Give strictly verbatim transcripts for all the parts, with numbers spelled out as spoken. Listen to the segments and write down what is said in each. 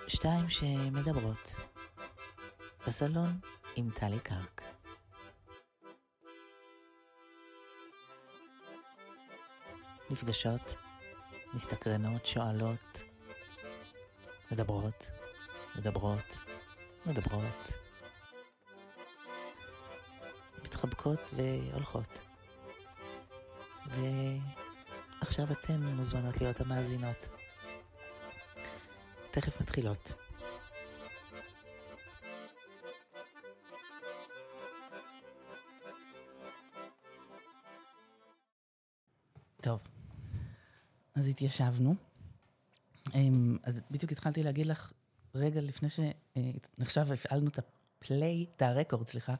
שתיים שמדברות בסלון עם טלי קרק. נפגשות, מסתקרנות, שואלות, מדברות, מדברות, מדברות, מתחבקות והולכות. ועכשיו אתן מוזמנות להיות המאזינות. תכף מתחילות. טוב, אז התיישבנו. אז בדיוק התחלתי להגיד לך, רגע לפני שנחשב הפעלנו את הפליי, את הרקורד, סליחה,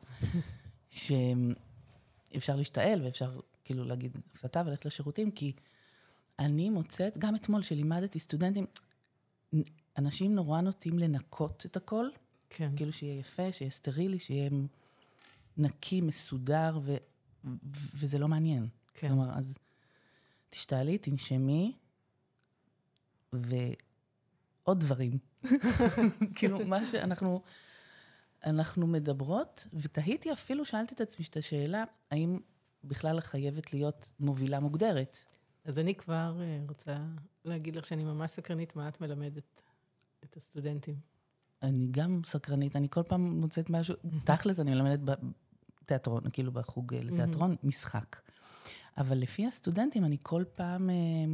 שאפשר להשתעל ואפשר כאילו להגיד הפסקה וללכת לשירותים, כי אני מוצאת, גם אתמול שלימדתי סטודנטים, אנשים נורא נוטים לנקות את הכל, כן. כאילו שיהיה יפה, שיהיה סטרילי, שיהיה נקי, מסודר, ו, וזה לא מעניין. כן. כלומר, אז תשתעלי, תנשמי, ועוד דברים. כאילו, מה שאנחנו אנחנו מדברות, ותהיתי אפילו, שאלתי את עצמי שאת השאלה, האם בכלל חייבת להיות מובילה מוגדרת? אז אני כבר רוצה להגיד לך שאני ממש סקרנית מה את מלמדת את הסטודנטים. אני גם סקרנית, אני כל פעם מוצאת משהו, תכלס אני מלמדת בתיאטרון, כאילו בחוג לתיאטרון, משחק. אבל לפי הסטודנטים אני כל פעם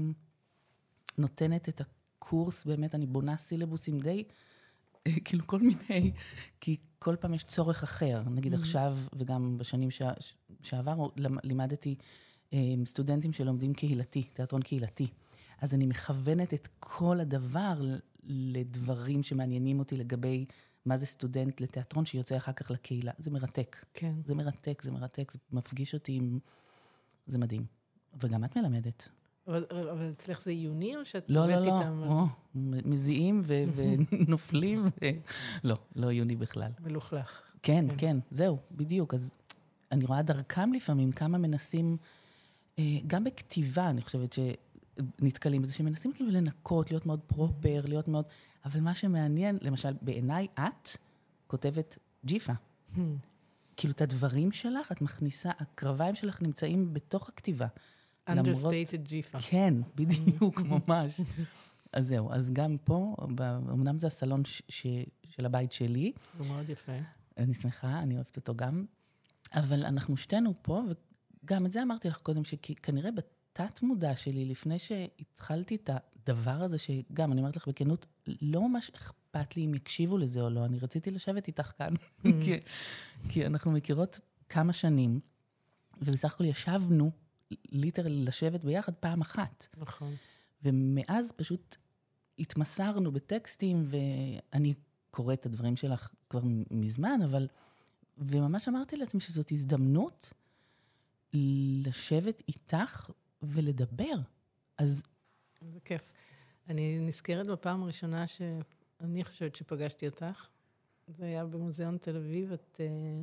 נותנת את הקורס, באמת אני בונה סילבוסים די, כאילו כל מיני, כי כל פעם יש צורך אחר. נגיד עכשיו, וגם בשנים שעבר, לימדתי סטודנטים שלומדים קהילתי, תיאטרון קהילתי. אז אני מכוונת את כל הדבר לדברים שמעניינים אותי לגבי מה זה סטודנט לתיאטרון שיוצא אחר כך לקהילה. זה מרתק. כן. זה מרתק, זה מרתק, זה מפגיש אותי עם... זה מדהים. וגם את מלמדת. אבל, אבל אצלך זה עיוני או שאת לא, עובדת לא, לא. איתם? או, מזיעים ו- ונופלים. ו... לא, לא עיוני בכלל. מלוכלך. כן, כן, כן, זהו, בדיוק. אז אני רואה דרכם לפעמים כמה מנסים, גם בכתיבה, אני חושבת שנתקלים בזה, שמנסים כאילו לנקות, להיות מאוד פרופר, להיות מאוד... אבל מה שמעניין, למשל, בעיניי את כותבת ג'יפה. כאילו את הדברים שלך, את מכניסה, הקרביים שלך נמצאים בתוך הכתיבה. Understated ג'יפה. כן, בדיוק, ממש. אז זהו, אז גם פה, אמנם זה הסלון ש- ש- של הבית שלי. הוא מאוד יפה. אני שמחה, אני אוהבת אותו גם. אבל אנחנו שתינו פה, וגם את זה אמרתי לך קודם, שכנראה בתת מודע שלי, לפני שהתחלתי את הדבר הזה, שגם, אני אומרת לך בכנות, לא ממש אכפת לי אם יקשיבו לזה או לא, אני רציתי לשבת איתך כאן, כי, כי אנחנו מכירות כמה שנים, ובסך הכל ישבנו, ליטרלי לשבת ביחד פעם אחת. נכון. ומאז פשוט התמסרנו בטקסטים, ואני קוראת את הדברים שלך כבר מזמן, אבל, וממש אמרתי לעצמי שזאת הזדמנות לשבת איתך ולדבר. אז... זה כיף. אני נזכרת בפעם הראשונה שאני חושבת שפגשתי אותך. זה היה במוזיאון תל אביב, את,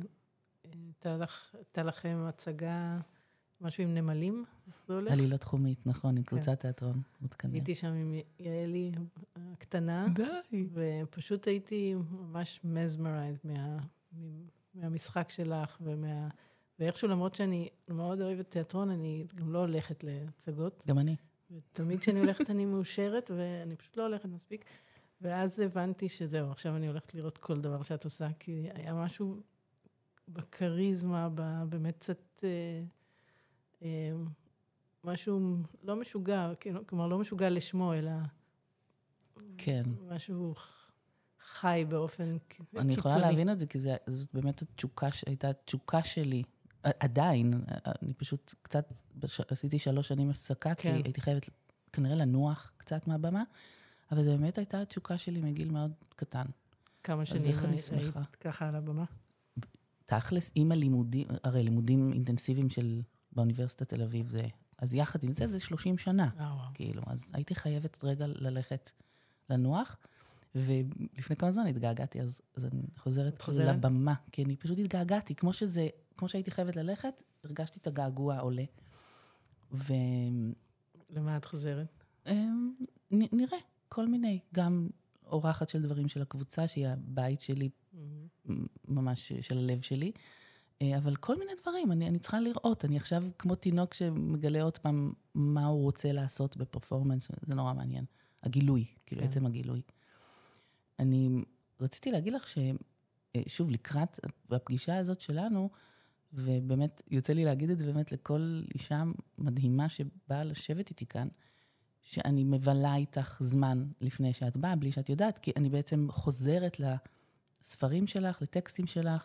הייתה לכם הצגה, משהו עם נמלים, זה הולך? עלילה תחומית, נכון, עם קבוצת תיאטרון מותקנים. הייתי שם עם יעלי הקטנה. די. ופשוט הייתי ממש mesmerized מה, מהמשחק שלך, ומה, ואיכשהו למרות שאני מאוד אוהבת תיאטרון, אני גם לא הולכת להצגות. גם אני. ותמיד כשאני הולכת אני מאושרת, ואני פשוט לא הולכת מספיק. ואז הבנתי שזהו, עכשיו אני הולכת לראות כל דבר שאת עושה, כי היה משהו בקריזמה, באמת קצת... משהו לא משוגע, כלומר לא משוגע לשמו, אלא כן. משהו חי באופן קיצוני. אני יכולה להבין את זה, כי זאת באמת התשוקה, הייתה התשוקה שלי, עדיין, אני פשוט קצת, עשיתי שלוש שנים הפסקה, כי הייתי חייבת כנראה לנוח קצת מהבמה, אבל זו באמת הייתה התשוקה שלי מגיל מאוד קטן. כמה שנים היית ככה על הבמה? תכלס, עם הלימודים, הרי לימודים אינטנסיביים של... באוניברסיטת תל אביב זה, אז יחד עם זה, זה שלושים שנה. כאילו, אז הייתי חייבת רגע ללכת לנוח, ולפני כמה זמן התגעגעתי, אז, אז אני חוזרת לבמה, כי אני פשוט התגעגעתי, כמו שזה, כמו שהייתי חייבת ללכת, הרגשתי את הגעגוע עולה. ו... למה את חוזרת? נראה, כל מיני, גם אורחת של דברים של הקבוצה, שהיא הבית שלי, ממש של הלב שלי. אבל כל מיני דברים, אני, אני צריכה לראות. אני עכשיו כמו תינוק שמגלה עוד פעם מה הוא רוצה לעשות בפרפורמנס, זה נורא מעניין. הגילוי, כאילו כן. עצם הגילוי. אני רציתי להגיד לך ששוב, לקראת הפגישה הזאת שלנו, ובאמת יוצא לי להגיד את זה באמת לכל אישה מדהימה שבאה לשבת איתי כאן, שאני מבלה איתך זמן לפני שאת באה, בלי שאת יודעת, כי אני בעצם חוזרת לספרים שלך, לטקסטים שלך,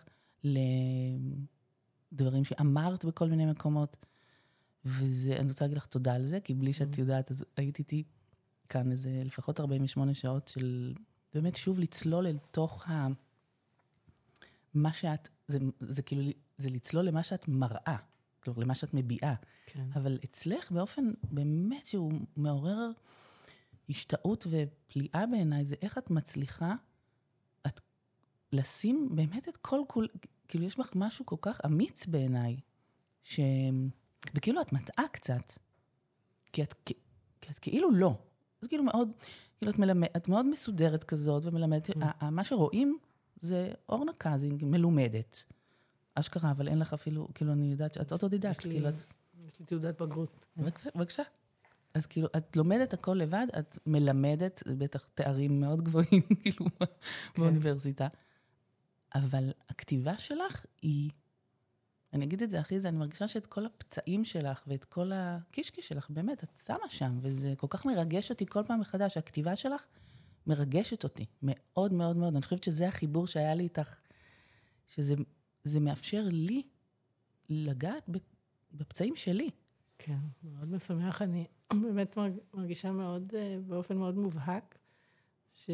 לדברים שאמרת בכל מיני מקומות, ואני רוצה להגיד לך תודה על זה, כי בלי שאת יודעת, אז הייתי איתי כאן איזה לפחות ארבעים ושמונה שעות של באמת שוב לצלול אל תוך ה... מה שאת, זה, זה כאילו, זה לצלול למה שאת מראה, כלומר, למה שאת מביעה. כן. אבל אצלך באופן באמת שהוא מעורר השתאות ופליאה בעיניי, זה איך את מצליחה, את לשים באמת את כל כול, כאילו יש בך משהו כל כך אמיץ בעיניי, ש... וכאילו את מטעה קצת, כי את, כי, כי את כאילו לא. זה כאילו מאוד, כאילו את, מלמד, את מאוד מסודרת כזאת ומלמדת, mm. מה שרואים זה אורנה קזינג, מלומדת. אשכרה, אבל אין לך אפילו, כאילו אני יודעת שאת אוטודידקט, כאילו את... יש לי תעודת בגרות. בבקשה. אז כאילו, את לומדת הכל לבד, את מלמדת, בטח תארים מאוד גבוהים, כאילו, באוניברסיטה. אבל הכתיבה שלך היא, אני אגיד את זה אחרי זה, אני מרגישה שאת כל הפצעים שלך ואת כל הקישקי שלך, באמת, את שמה שם, וזה כל כך מרגש אותי כל פעם מחדש. הכתיבה שלך מרגשת אותי, מאוד מאוד מאוד. אני חושבת שזה החיבור שהיה לי איתך, שזה זה מאפשר לי לגעת בפצעים שלי. כן, מאוד משמח. אני באמת מרגישה מאוד, באופן מאוד מובהק, ש...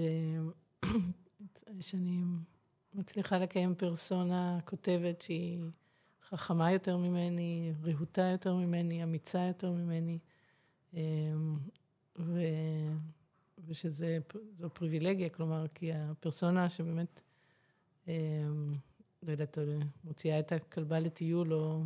שאני מצליחה לקיים פרסונה כותבת שהיא חכמה יותר ממני, רהוטה יותר ממני, אמיצה יותר ממני, ו... ושזו פריבילגיה, כלומר, כי הפרסונה שבאמת, לא יודעת, מוציאה את הכלבה לטיול, או,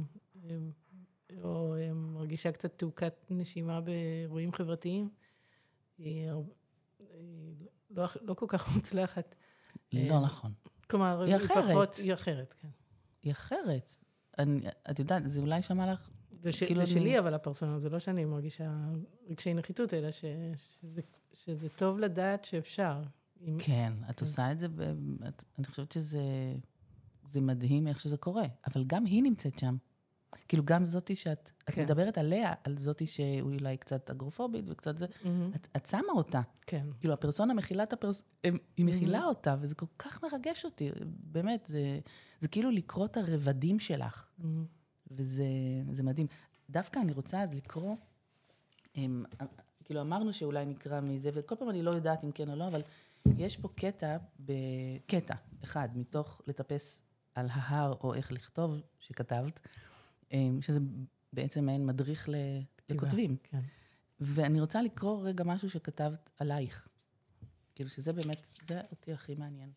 או מרגישה קצת תעוקת נשימה באירועים חברתיים, היא, היא לא, לא כל כך מוצלחת. לא נכון. כלומר, היא אחרת. פחות, היא אחרת, כן. היא אחרת. אני, את יודעת, זה אולי שמע לך... זה, ש, כאילו זה אני... שלי, אבל הפרסונה, זה לא שאני מרגישה רגשי נחיתות, אלא ש, שזה, שזה טוב לדעת שאפשר. כן, כן. את עושה את זה, ב... את, אני חושבת שזה זה מדהים איך שזה קורה, אבל גם היא נמצאת שם. כאילו גם זאתי שאת כן. את מדברת עליה, על זאתי שאולי קצת אגרופובית וקצת זה, mm-hmm. את, את שמה אותה. כן. כאילו הפרסונה מכילה את הפרס... היא מכילה mm-hmm. אותה, וזה כל כך מרגש אותי. באמת, זה, זה כאילו לקרוא את הרבדים שלך. Mm-hmm. וזה זה מדהים. דווקא אני רוצה אז לקרוא, הם, כאילו אמרנו שאולי נקרא מזה, וכל פעם אני לא יודעת אם כן או לא, אבל יש פה קטע, בקטע אחד, מתוך לטפס על ההר או איך לכתוב, שכתבת, שזה בעצם מעין מדריך לכותבים. כן. ואני רוצה לקרוא רגע משהו שכתבת עלייך. כאילו שזה באמת, זה אותי הכי מעניין.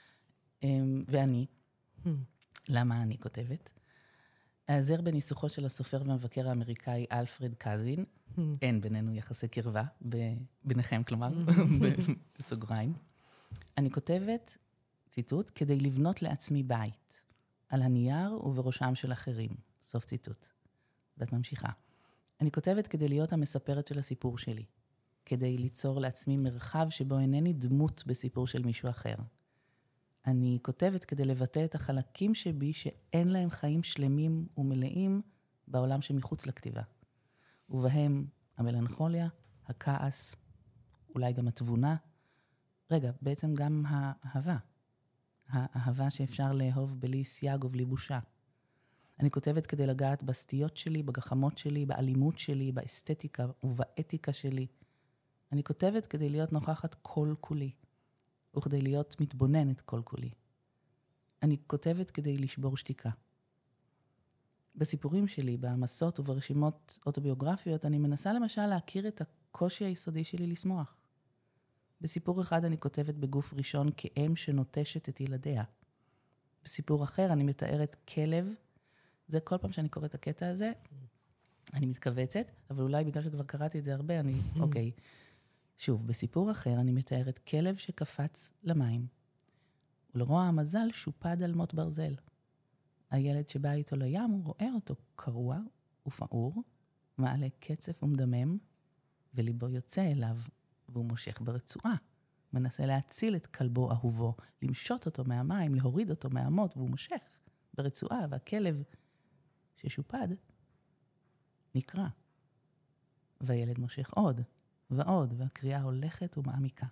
ואני, למה אני כותבת? העזר בניסוחו של הסופר והמבקר האמריקאי אלפרד קזין, אין בינינו יחסי קרבה, ביניכם כלומר, בסוגריים. אני כותבת, ציטוט, כדי לבנות לעצמי בית, על הנייר ובראשם של אחרים. סוף ציטוט. ואת ממשיכה. אני כותבת כדי להיות המספרת של הסיפור שלי, כדי ליצור לעצמי מרחב שבו אינני דמות בסיפור של מישהו אחר. אני כותבת כדי לבטא את החלקים שבי שאין להם חיים שלמים ומלאים בעולם שמחוץ לכתיבה. ובהם המלנכוליה, הכעס, אולי גם התבונה. רגע, בעצם גם האהבה. האהבה שאפשר לאהוב בלי סייג ובלי בושה. אני כותבת כדי לגעת בסטיות שלי, בגחמות שלי, באלימות שלי, באסתטיקה ובאתיקה שלי. אני כותבת כדי להיות נוכחת כל כולי. וכדי להיות מתבוננת כל כולי. אני כותבת כדי לשבור שתיקה. בסיפורים שלי, במסות וברשימות אוטוביוגרפיות, אני מנסה למשל להכיר את הקושי היסודי שלי לשמוח. בסיפור אחד אני כותבת בגוף ראשון כאם שנוטשת את ילדיה. בסיפור אחר אני מתארת כלב, זה כל פעם שאני קוראת את הקטע הזה, אני מתכווצת, אבל אולי בגלל שכבר קראתי את זה הרבה, אני, אוקיי, שוב, בסיפור אחר אני מתארת כלב שקפץ למים, ולרוע המזל שופד על מות ברזל. הילד שבא איתו לים, הוא רואה אותו קרוע ופעור, מעלה קצף ומדמם, וליבו יוצא אליו, והוא מושך ברצועה. מנסה להציל את כלבו אהובו, למשות אותו מהמים, להוריד אותו מהמות, והוא מושך ברצועה, והכלב ששופד נקרע. והילד מושך עוד ועוד, והקריאה הולכת ומעמיקה.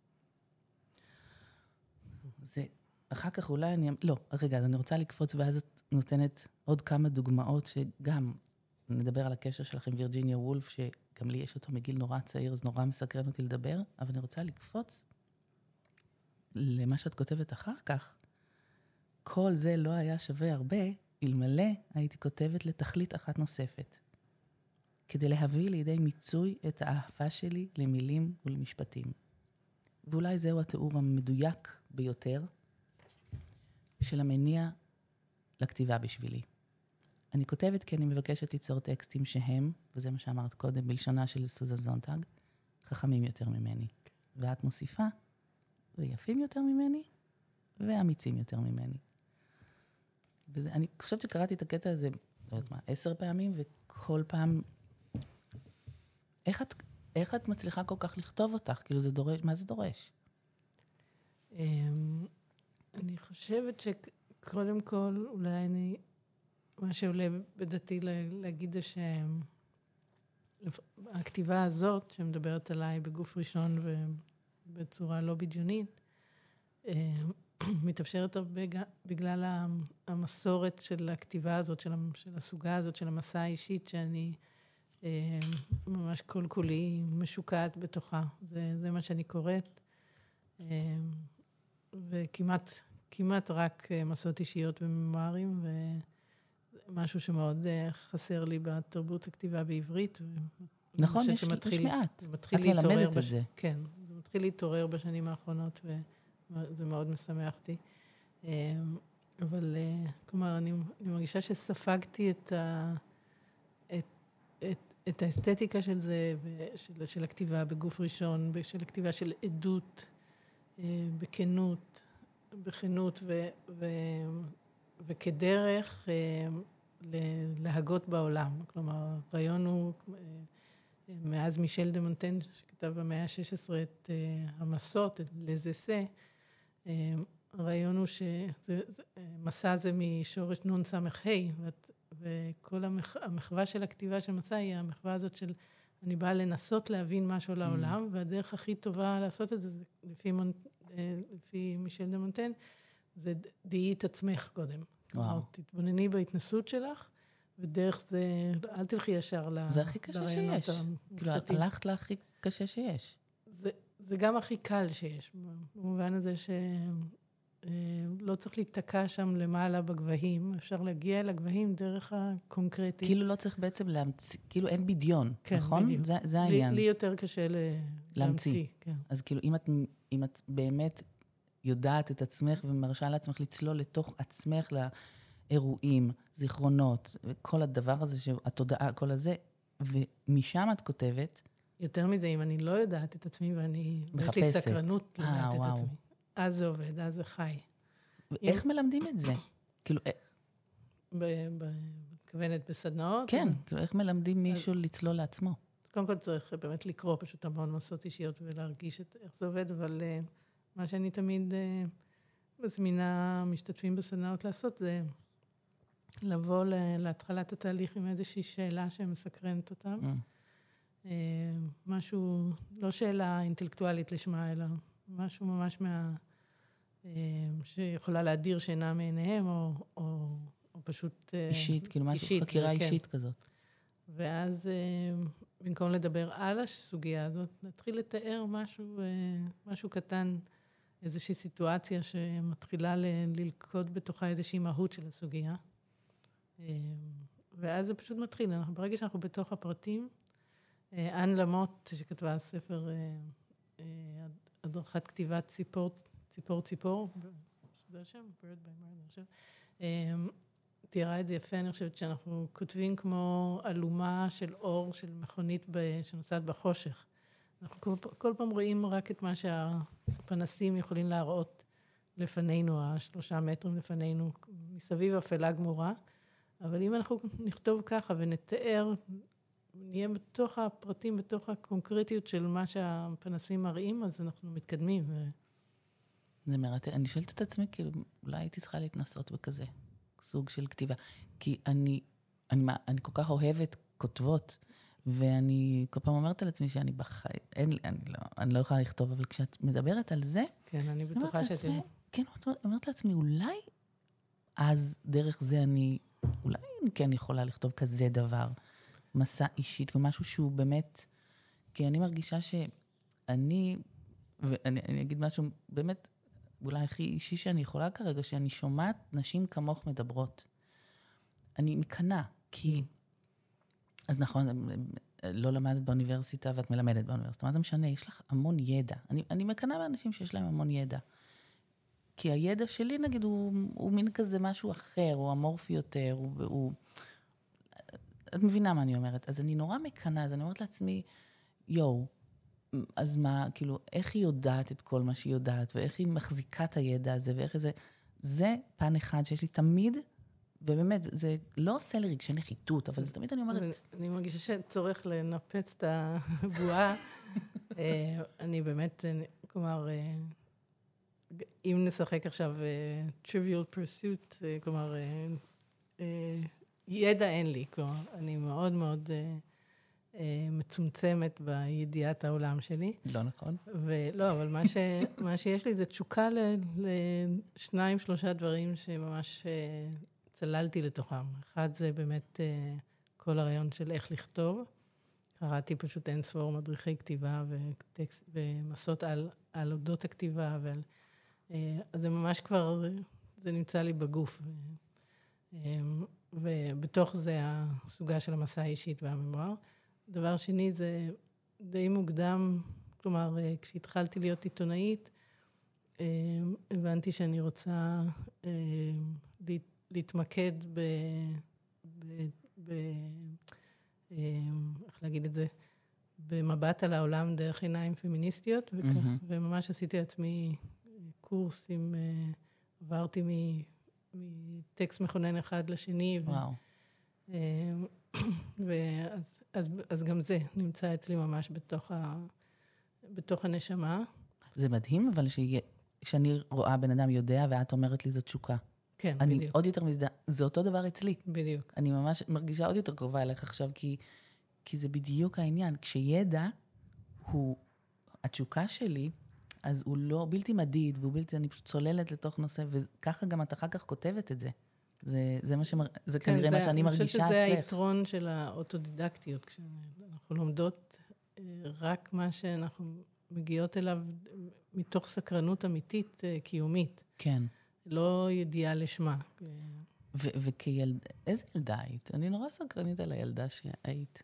זה, אחר כך אולי אני... לא, רגע, אז אני רוצה לקפוץ, ואז את נותנת עוד כמה דוגמאות שגם נדבר על הקשר שלך עם וירג'יניה וולף, שגם לי יש אותו מגיל נורא צעיר, אז נורא מסקרן אותי לדבר, אבל אני רוצה לקפוץ למה שאת כותבת אחר כך. כל זה לא היה שווה הרבה, אלמלא הייתי כותבת לתכלית אחת נוספת, כדי להביא לידי מיצוי את האהבה שלי למילים ולמשפטים. ואולי זהו התיאור המדויק ביותר של המניע לכתיבה בשבילי. אני כותבת כי אני מבקשת ליצור טקסטים שהם, וזה מה שאמרת קודם, בלשונה של סוזן זונטג, חכמים יותר ממני. ואת מוסיפה, ויפים יותר ממני, ואמיצים יותר ממני. וזה, אני חושבת שקראתי את הקטע הזה, לא יודעת מה, עשר פעמים, וכל פעם... איך את, איך את מצליחה כל כך לכתוב אותך? כאילו זה דורש, מה זה דורש? אני חושבת שקודם כל, אולי אני, מה שעולה בדעתי להגיד זה שהכתיבה הזאת, שמדברת עליי בגוף ראשון ובצורה לא בדיונית, מתאפשרת הרבה בגלל המסורת של הכתיבה הזאת, של הסוגה הזאת, של המסע האישית שאני ממש כל כולי משוקעת בתוכה. זה, זה מה שאני קוראת. וכמעט, כמעט רק מסעות אישיות וממוארים, ומשהו שמאוד חסר לי בתרבות הכתיבה בעברית. נכון, יש, יש מעט. את מלמדת את זה. כן, זה מתחיל להתעורר בשנים האחרונות, וזה מאוד משמח אותי. אבל, כלומר, אני, אני מרגישה שספגתי את ה... את, את, את האסתטיקה של זה, של, של הכתיבה בגוף ראשון, של הכתיבה של עדות, בכנות, בכנות ו, ו, וכדרך להגות בעולם. כלומר, רעיון הוא, מאז מישל דה מונטן, שכתב במאה ה-שש עשרה את המסות, את לזסה, הרעיון הוא שמסע הזה משורש נון סמך ה' וכל המחווה של הכתיבה של מסע היא המחווה הזאת של אני באה לנסות להבין משהו לעולם, והדרך הכי טובה לעשות את זה, זה לפי, מונט, לפי מישל דה מונטן, זה דעי את עצמך קודם. כלומר, תתבונני בהתנסות שלך, ודרך זה, אל תלכי ישר לרעיונות. זה הכי קשה שיש. כאילו, הלכת להכי קשה שיש. זה, זה גם הכי קל שיש, במובן הזה ש... לא צריך להתקע שם למעלה בגבהים, אפשר להגיע אל הגבהים דרך הקונקרטית. כאילו לא צריך בעצם להמציא, כאילו אין בדיון, כן, נכון? בדיוק. זה, זה העניין. לי, לי יותר קשה להמציא. להמציא. כן. אז כאילו אם את, אם את באמת יודעת את עצמך ומרשה לעצמך לצלול לתוך עצמך לאירועים, זיכרונות, וכל הדבר הזה, התודעה, כל הזה, ומשם את כותבת. יותר מזה, אם אני לא יודעת את עצמי ואני... מחפשת. יש לי סקרנות לדעת אה, את וואו. עצמי. אז זה עובד, אז זה חי. ואיך מלמדים את זה? כאילו... בכוונת בסדנאות? כן, כאילו איך מלמדים מישהו לצלול לעצמו? קודם כל צריך באמת לקרוא פשוט המון מסעות אישיות ולהרגיש איך זה עובד, אבל מה שאני תמיד מזמינה משתתפים בסדנאות לעשות, זה לבוא להתחלת התהליך עם איזושהי שאלה שמסקרנת אותם. משהו, לא שאלה אינטלקטואלית לשמה, אלא משהו ממש מה... שיכולה להדיר שינה מעיניהם, או, או, או פשוט... אישית, כאילו משהו, אישית, חקירה כן. אישית כזאת. ואז במקום לדבר על הסוגיה הזאת, נתחיל לתאר משהו, משהו קטן, איזושהי סיטואציה שמתחילה ל- ללכוד בתוכה איזושהי מהות של הסוגיה. ואז זה פשוט מתחיל. אנחנו, ברגע שאנחנו בתוך הפרטים, אן למוט, שכתבה ספר הדרכת כתיבת ציפור, ציפור ציפור, זה השם, bird by bird, אני חושבת. תיארה את זה יפה, אני חושבת שאנחנו כותבים כמו אלומה של אור של מכונית שנוסעת בחושך. אנחנו כל, כל פעם רואים רק את מה שהפנסים יכולים להראות לפנינו, השלושה מטרים לפנינו, מסביב אפלה גמורה, אבל אם אנחנו נכתוב ככה ונתאר, נהיה בתוך הפרטים, בתוך הקונקרטיות של מה שהפנסים מראים, אז אנחנו מתקדמים. ו... זה מרתק. אני שואלת את עצמי, כאילו, אולי הייתי צריכה להתנסות בכזה סוג של כתיבה. כי אני, אני, אני כל כך אוהבת כותבות, ואני כל פעם אומרת על עצמי שאני בחי... אין לי, אני לא, אני לא יכולה לכתוב, אבל כשאת מדברת על זה... כן, אני בטוחה שאתם... כן, את אומרת לעצמי, אולי אז דרך זה אני... אולי אני כן יכולה לכתוב כזה דבר, מסע אישית, ומשהו שהוא באמת... כי אני מרגישה שאני... ואני אני אגיד משהו באמת, אולי הכי אישי שאני יכולה כרגע, שאני שומעת נשים כמוך מדברות. אני מקנה, כי... אז נכון, לא למדת באוניברסיטה ואת מלמדת באוניברסיטה. מה זה משנה? יש לך המון ידע. אני, אני מקנה באנשים שיש להם המון ידע. כי הידע שלי, נגיד, הוא, הוא מין כזה משהו אחר, הוא אמורפי יותר, הוא, הוא... את מבינה מה אני אומרת? אז אני נורא מקנה, אז אני אומרת לעצמי, יו, אז מה, כאילו, איך היא יודעת את כל מה שהיא יודעת, ואיך היא מחזיקה את הידע הזה, ואיך זה... זה פן אחד שיש לי תמיד, ובאמת, זה לא עושה לי רגשי נחיתות, אבל זה תמיד אני אומרת... אני מרגישה שצורך לנפץ את הבועה. אני באמת, כלומר, אם נשחק עכשיו trivial pursuit, כלומר, ידע אין לי, כלומר, אני מאוד מאוד מצומצמת בידיעת העולם שלי. לא נכון. ולא, אבל מה, ש, מה שיש לי זה תשוקה לשניים, שלושה דברים שממש... צללתי לתוכם. אחד זה באמת uh, כל הרעיון של איך לכתוב. קראתי פשוט אין ספור מדריכי כתיבה וטקסט, ומסות על, על אודות הכתיבה, ועל, uh, אז זה ממש כבר, זה נמצא לי בגוף. ו, um, ובתוך זה הסוגה של המסע האישית והממואר. דבר שני זה די מוקדם, כלומר, uh, כשהתחלתי להיות עיתונאית, uh, הבנתי שאני רוצה uh, להת... להתמקד ב... ב... ב... איך להגיד את זה? במבט על העולם דרך עיניים פמיניסטיות, וכ... mm-hmm. וממש עשיתי לעצמי קורס עם... עברתי מ... מטקסט מכונן אחד לשני. וואו. ו... ואז אז, אז גם זה נמצא אצלי ממש בתוך, ה... בתוך הנשמה. זה מדהים, אבל ש... שאני רואה בן אדם יודע, ואת אומרת לי זאת תשוקה. כן, אני בדיוק. עוד יותר מזדהה, זה אותו דבר אצלי. בדיוק. אני ממש מרגישה עוד יותר קרובה אליך עכשיו, כי, כי זה בדיוק העניין. כשידע הוא התשוקה שלי, אז הוא לא בלתי מדיד, והוא בלתי, אני פשוט צוללת לתוך נושא, וככה גם את אחר כך כותבת את זה. זה, זה מה שמר, זה כן, כנראה זה, מה שאני מרגישה אצלך. אני חושבת שזה היתרון של האוטודידקטיות, כשאנחנו לומדות רק מה שאנחנו מגיעות אליו מתוך סקרנות אמיתית קיומית. כן. לא ידיעה לשמה. וכילד, איזה ילדה היית? אני נורא סקרנית על הילדה שהיית.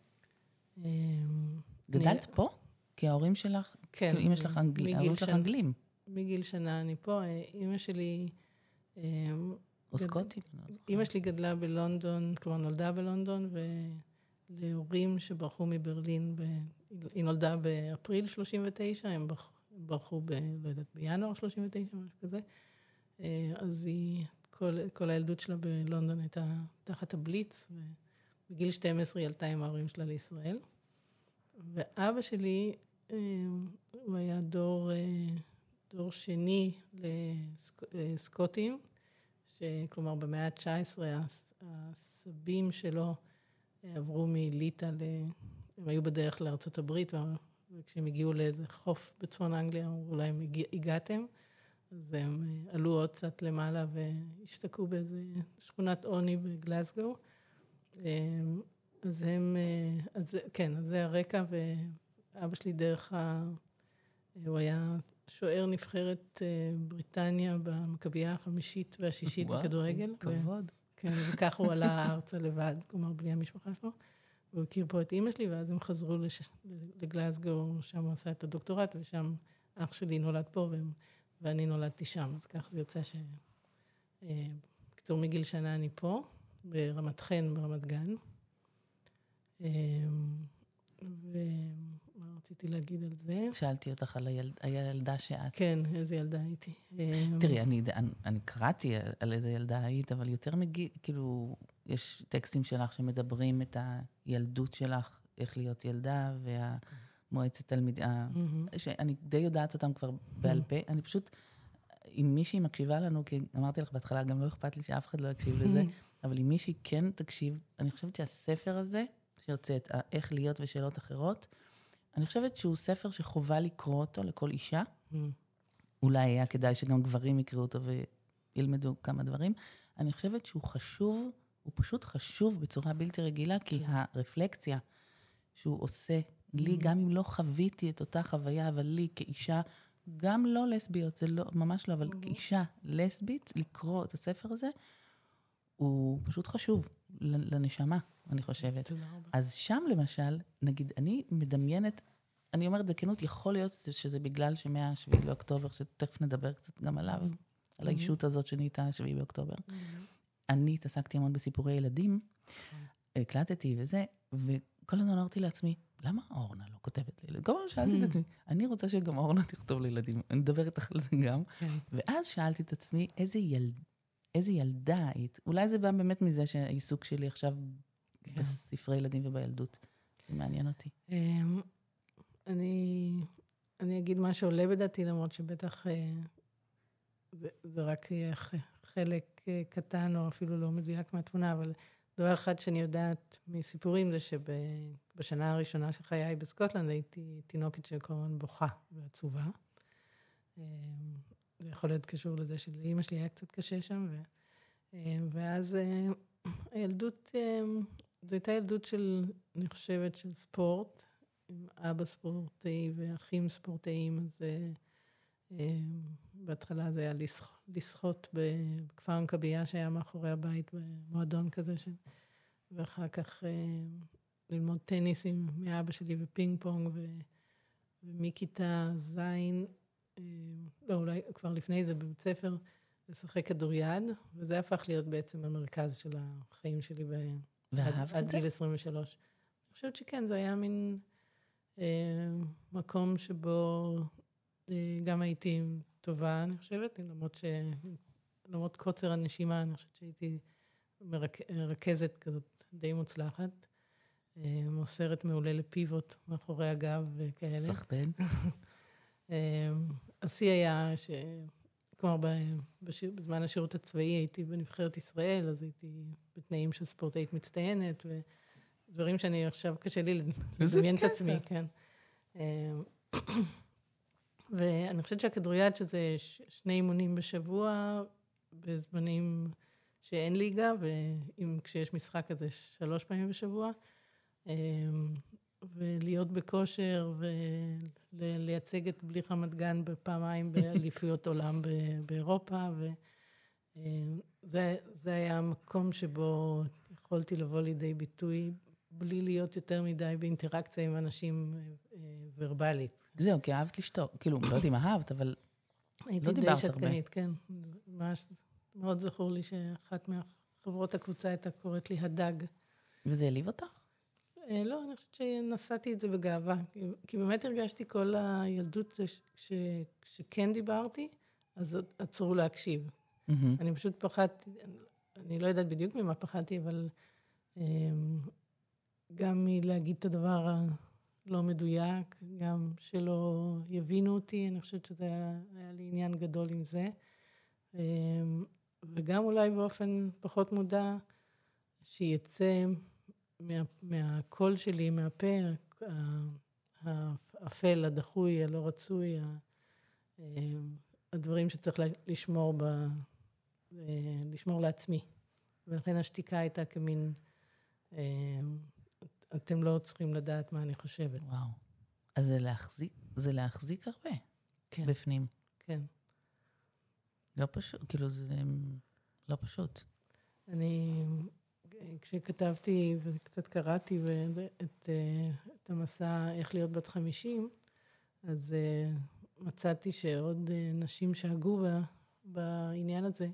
גדלת פה? כי ההורים שלך, כן. אמא שלך אנגלים. מגיל שנה אני פה. אמא שלי... או סקוטים. אמא שלי גדלה בלונדון, כלומר נולדה בלונדון, ולהורים שברחו מברלין, היא נולדה באפריל שלושים ותשע, הם ברחו ב... לא יודעת, בינואר שלושים ותשע, משהו כזה. אז היא, כל, כל הילדות שלה בלונדון הייתה תחת הבליץ, ובגיל שתים עשרה היא עלתה עם ההורים שלה לישראל. ואבא שלי, הוא היה דור, דור שני לסקוטים, שכלומר במאה ה-תשע עשרה הסבים שלו עברו מליטא, הם היו בדרך לארצות הברית, וכשהם הגיעו לאיזה חוף בצפון אנגליה, אולי הם הגעתם, אז הם עלו עוד קצת למעלה והשתקעו באיזה שכונת עוני בגלסגו. אז הם, אז כן, אז זה הרקע, ואבא שלי דרך ה... הוא היה שוער נבחרת בריטניה במכבייה החמישית והשישית בכדורגל. וואו, כבוד. כן, וכך הוא עלה ארצה לבד, כלומר בלי המשפחה שלו. הוא הכיר פה את אמא שלי, ואז הם חזרו לש... לגלסגו, שם הוא עשה את הדוקטורט, ושם אח שלי נולד פה, והם... ואני נולדתי שם, אז כך זה יוצא ש... בקצור מגיל שנה אני פה, ברמת חן, ברמת גן. ומה רציתי להגיד על זה? שאלתי אותך על הילד, הילדה שאת. כן, איזה ילדה הייתי. תראי, אני, אני, אני קראתי על איזה ילדה היית, אבל יותר מגיל, כאילו, יש טקסטים שלך שמדברים את הילדות שלך, איך להיות ילדה, והמועצת תלמיד, שאני די יודעת אותם כבר בעל פה, אני פשוט, אם מישהי מקשיבה לנו, כי אמרתי לך בהתחלה, גם לא אכפת לי שאף אחד לא יקשיב לזה, אבל אם מישהי כן תקשיב, אני חושבת שהספר הזה, שיוצאת, איך להיות ושאלות אחרות, אני חושבת שהוא ספר שחובה לקרוא אותו לכל אישה. אולי היה כדאי שגם גברים יקראו אותו וילמדו כמה דברים. אני חושבת שהוא חשוב, הוא פשוט חשוב בצורה בלתי רגילה, כי הרפלקציה שהוא עושה לי, גם אם לא חוויתי את אותה חוויה, אבל לי כאישה, גם לא לסביות, זה לא, ממש לא, אבל כאישה לסבית, לקרוא את הספר הזה, הוא פשוט חשוב לנשמה, אני חושבת. אז שם למשל, נגיד, אני מדמיינת, אני אומרת בכנות, יכול להיות שזה בגלל שמאה שביעי לאוקטובר, שתכף נדבר קצת גם עליו, על האישות הזאת שנהייתה שביעי באוקטובר. אני התעסקתי המון בסיפורי ילדים, הקלטתי וזה, וכל הזמן אמרתי לעצמי, למה אורנה לא כותבת לילדים? כל הזמן שאלתי את עצמי, אני רוצה שגם אורנה תכתוב לילדים, אני מדבר איתך על זה גם, ואז שאלתי את עצמי, איזה ילד, איזה ילדה היית? אולי זה בא באמת מזה שהעיסוק שלי עכשיו בספרי ילדים ובילדות. זה מעניין אותי. אני, אני אגיד מה שעולה בדעתי, למרות שבטח זה, זה רק יהיה חלק קטן, או אפילו לא מדויק מהתמונה, אבל דבר אחד שאני יודעת מסיפורים זה שבשנה הראשונה של חיי בסקוטלנד הייתי תינוקת שכמובן בוכה ועצובה. זה יכול להיות קשור לזה שלאמא שלי היה קצת קשה שם, ו... ואז הילדות, זו הייתה ילדות של, אני חושבת, של ספורט, עם אבא ספורטאי ואחים ספורטאים, אז בהתחלה זה היה לשחות בכפר מכבייה שהיה מאחורי הבית, במועדון כזה, ש... ואחר כך ללמוד טניס עם מאבא שלי ופינג פונג, ו... ומכיתה זין, לא, אולי כבר לפני זה בבית ספר, לשחק כדוריד, וזה הפך להיות בעצם המרכז של החיים שלי ואהבת עד את זה? גיל עשרים ושלוש. אני חושבת שכן, זה היה מין אה, מקום שבו אה, גם הייתי טובה, אני חושבת, למרות, ש, למרות קוצר הנשימה, אני חושבת שהייתי מרכ, רכזת כזאת די מוצלחת, אה, מוסרת מעולה לפיבוט מאחורי הגב וכאלה. סחטן. השיא היה ש... כלומר, בזמן השירות הצבאי הייתי בנבחרת ישראל, אז הייתי בתנאים של ספורטאית מצטיינת, ודברים שאני עכשיו קשה לי לדמיין את עצמי, כן. ואני חושבת שהכדוריד, שזה שני אימונים בשבוע, בזמנים שאין ליגה, וכשיש משחק כזה שלוש פעמים בשבוע, ולהיות בכושר, ולייצג את בלי חמת גן בפעמיים באליפויות עולם באירופה, וזה היה המקום שבו יכולתי לבוא לידי ביטוי, בלי להיות יותר מדי באינטראקציה עם אנשים ורבלית. זהו, כי אהבת לשתוק. כאילו, לא יודעים מה אהבת, אבל לא דיברת הרבה. הייתי די שתקנית, כן. ממש מאוד זכור לי שאחת מהחברות הקבוצה הייתה קוראת לי הדג. וזה העליב אותך? לא, אני חושבת שנסעתי את זה בגאווה, כי באמת הרגשתי כל הילדות שכן דיברתי, אז עצרו להקשיב. אני פשוט פחדתי, אני לא יודעת בדיוק ממה פחדתי, אבל גם מלהגיד את הדבר הלא מדויק, גם שלא יבינו אותי, אני חושבת שזה היה לי עניין גדול עם זה. וגם אולי באופן פחות מודע, שיצא מה, מהקול שלי, מהפה, האפל, הדחוי, הלא רצוי, הדברים שצריך לשמור, ב, לשמור לעצמי. ולכן השתיקה הייתה כמין, אתם לא צריכים לדעת מה אני חושבת. וואו. אז זה להחזיק, זה להחזיק הרבה. כן. בפנים. כן. לא פשוט, כאילו זה לא פשוט. אני, כשכתבתי וקצת קראתי את, את המסע איך להיות בת חמישים, אז מצאתי שעוד נשים שהגו בעניין הזה,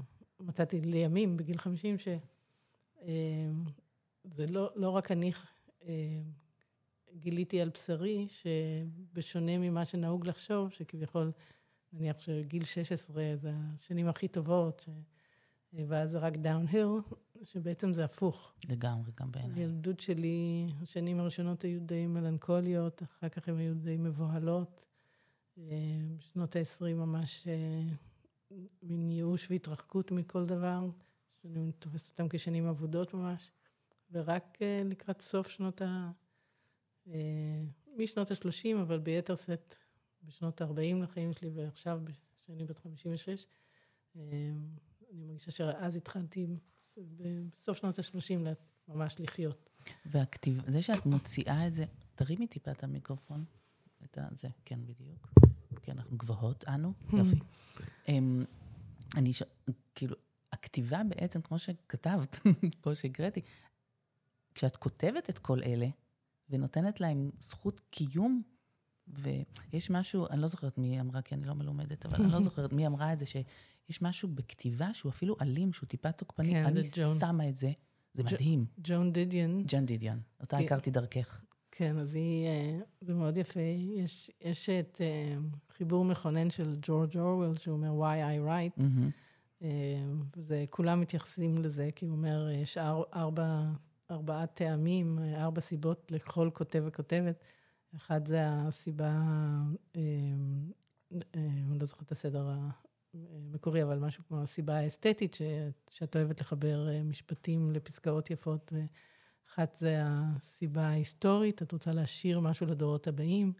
מצאתי לימים בגיל חמישים, שזה לא, לא רק אני גיליתי על בשרי, שבשונה ממה שנהוג לחשוב, שכביכול, נניח שגיל שש עשרה זה השנים הכי טובות, ש... ואז זה רק דאון-היל, שבעצם זה הפוך. לגמרי, גם בעיניי. הילדות שלי, השנים הראשונות היו די מלנכוליות, אחר כך הן היו די מבוהלות. בשנות ה-עשרים ממש מין ייאוש והתרחקות מכל דבר, שאני תופסת אותם כשנים עבודות ממש, ורק לקראת סוף שנות ה... משנות ה-שלושים, אבל ביתר סט בשנות ה-ארבעים לחיים שלי, ועכשיו, כשאני בת חמישים ושש, אני מרגישה שאז התחלתי בסוף שנות ה-שלושים ממש לחיות. והכתיב, זה שאת מוציאה את זה, תרימי טיפה את המיקרופון, את זה, כן, בדיוק. כן, אנחנו גבוהות, אנו, יופי. אני, כאילו, הכתיבה בעצם, כמו שכתבת, פה שהקראתי, כשאת כותבת את כל אלה, ונותנת להם זכות קיום, ויש משהו, אני לא זוכרת מי אמרה, כי אני לא מלומדת, אבל אני לא זוכרת מי אמרה את זה, שיש משהו בכתיבה שהוא אפילו אלים, שהוא טיפה תוקפני, כן, אני שמה את זה, זה מדהים. ג'ון דידיאן. ג'ון דידיאן, אותה כן. הכרתי דרכך. כן, אז היא, זה מאוד יפה. יש, יש את uh, חיבור מכונן של ג'ורג' אורוול, שהוא אומר, why I write, mm-hmm. uh, וזה, כולם מתייחסים לזה, כי הוא אומר, יש אר, ארבע, ארבעה טעמים, ארבע סיבות לכל כותב וכותבת. אחד זה הסיבה, uh, uh, אני לא זוכרת את הסדר המקורי, אבל משהו כמו הסיבה האסתטית, ש, שאת אוהבת לחבר uh, משפטים לפסקאות יפות, ו... אחת זה הסיבה ההיסטורית, את רוצה להשאיר משהו לדורות הבאים.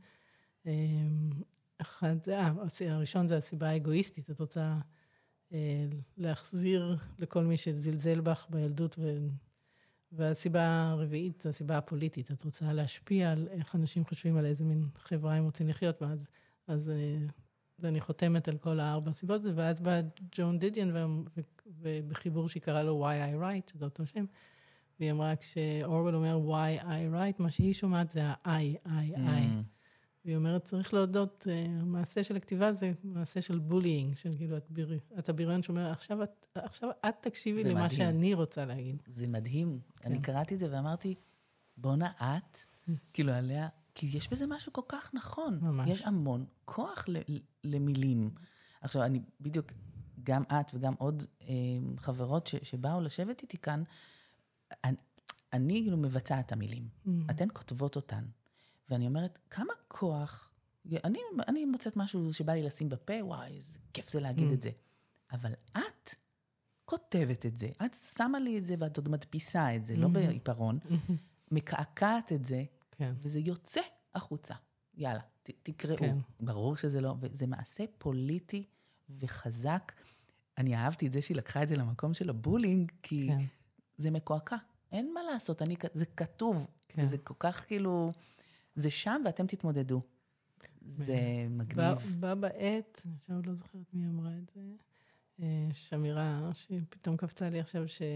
אחת זה, אה, הראשון זה הסיבה האגואיסטית, את רוצה אה, להחזיר לכל מי שזלזל בך בילדות, ו... והסיבה הרביעית זה הסיבה הפוליטית, את רוצה להשפיע על איך אנשים חושבים על איזה מין חברה הם רוצים לחיות בה, אז, אז אה, אני חותמת על כל הארבע הסיבות, ואז בא ג'ון דידיאן, ו... ובחיבור שקרא לו Why I Write, שזה אותו שם, והיא אמרה, כשאורוול אומר, why I write, מה שהיא שומעת זה ה-I, I, I. והיא אומרת, צריך להודות, המעשה של הכתיבה זה מעשה של בולינג, של כאילו, את הבריון שאומר, עכשיו את תקשיבי למה שאני רוצה להגיד. זה מדהים. אני קראתי את זה ואמרתי, בונה את, כאילו עליה, כי יש בזה משהו כל כך נכון. ממש. יש המון כוח למילים. עכשיו, אני בדיוק, גם את וגם עוד חברות שבאו לשבת איתי כאן, אני, אני כאילו מבצעה את המילים. Mm-hmm. אתן כותבות אותן. ואני אומרת, כמה כוח, אני, אני מוצאת משהו שבא לי לשים בפה, וואי, איזה כיף זה להגיד mm-hmm. את זה. אבל את כותבת את זה, את שמה לי את זה, ואת עוד מדפיסה את זה, mm-hmm. לא בעיפרון, mm-hmm. מקעקעת את זה, כן. וזה יוצא החוצה. יאללה, ת, תקראו. כן. ברור שזה לא, וזה מעשה פוליטי וחזק. אני אהבתי את זה שהיא לקחה את זה למקום של הבולינג, כי... כן. זה מקועקע, אין מה לעשות, אני, זה כתוב, כן. וזה כל כך כאילו, זה שם ואתם תתמודדו. זה מגניב. בא בעת, אני עכשיו לא זוכרת מי אמרה את זה, שמירה, שפתאום קפצה לי עכשיו ש...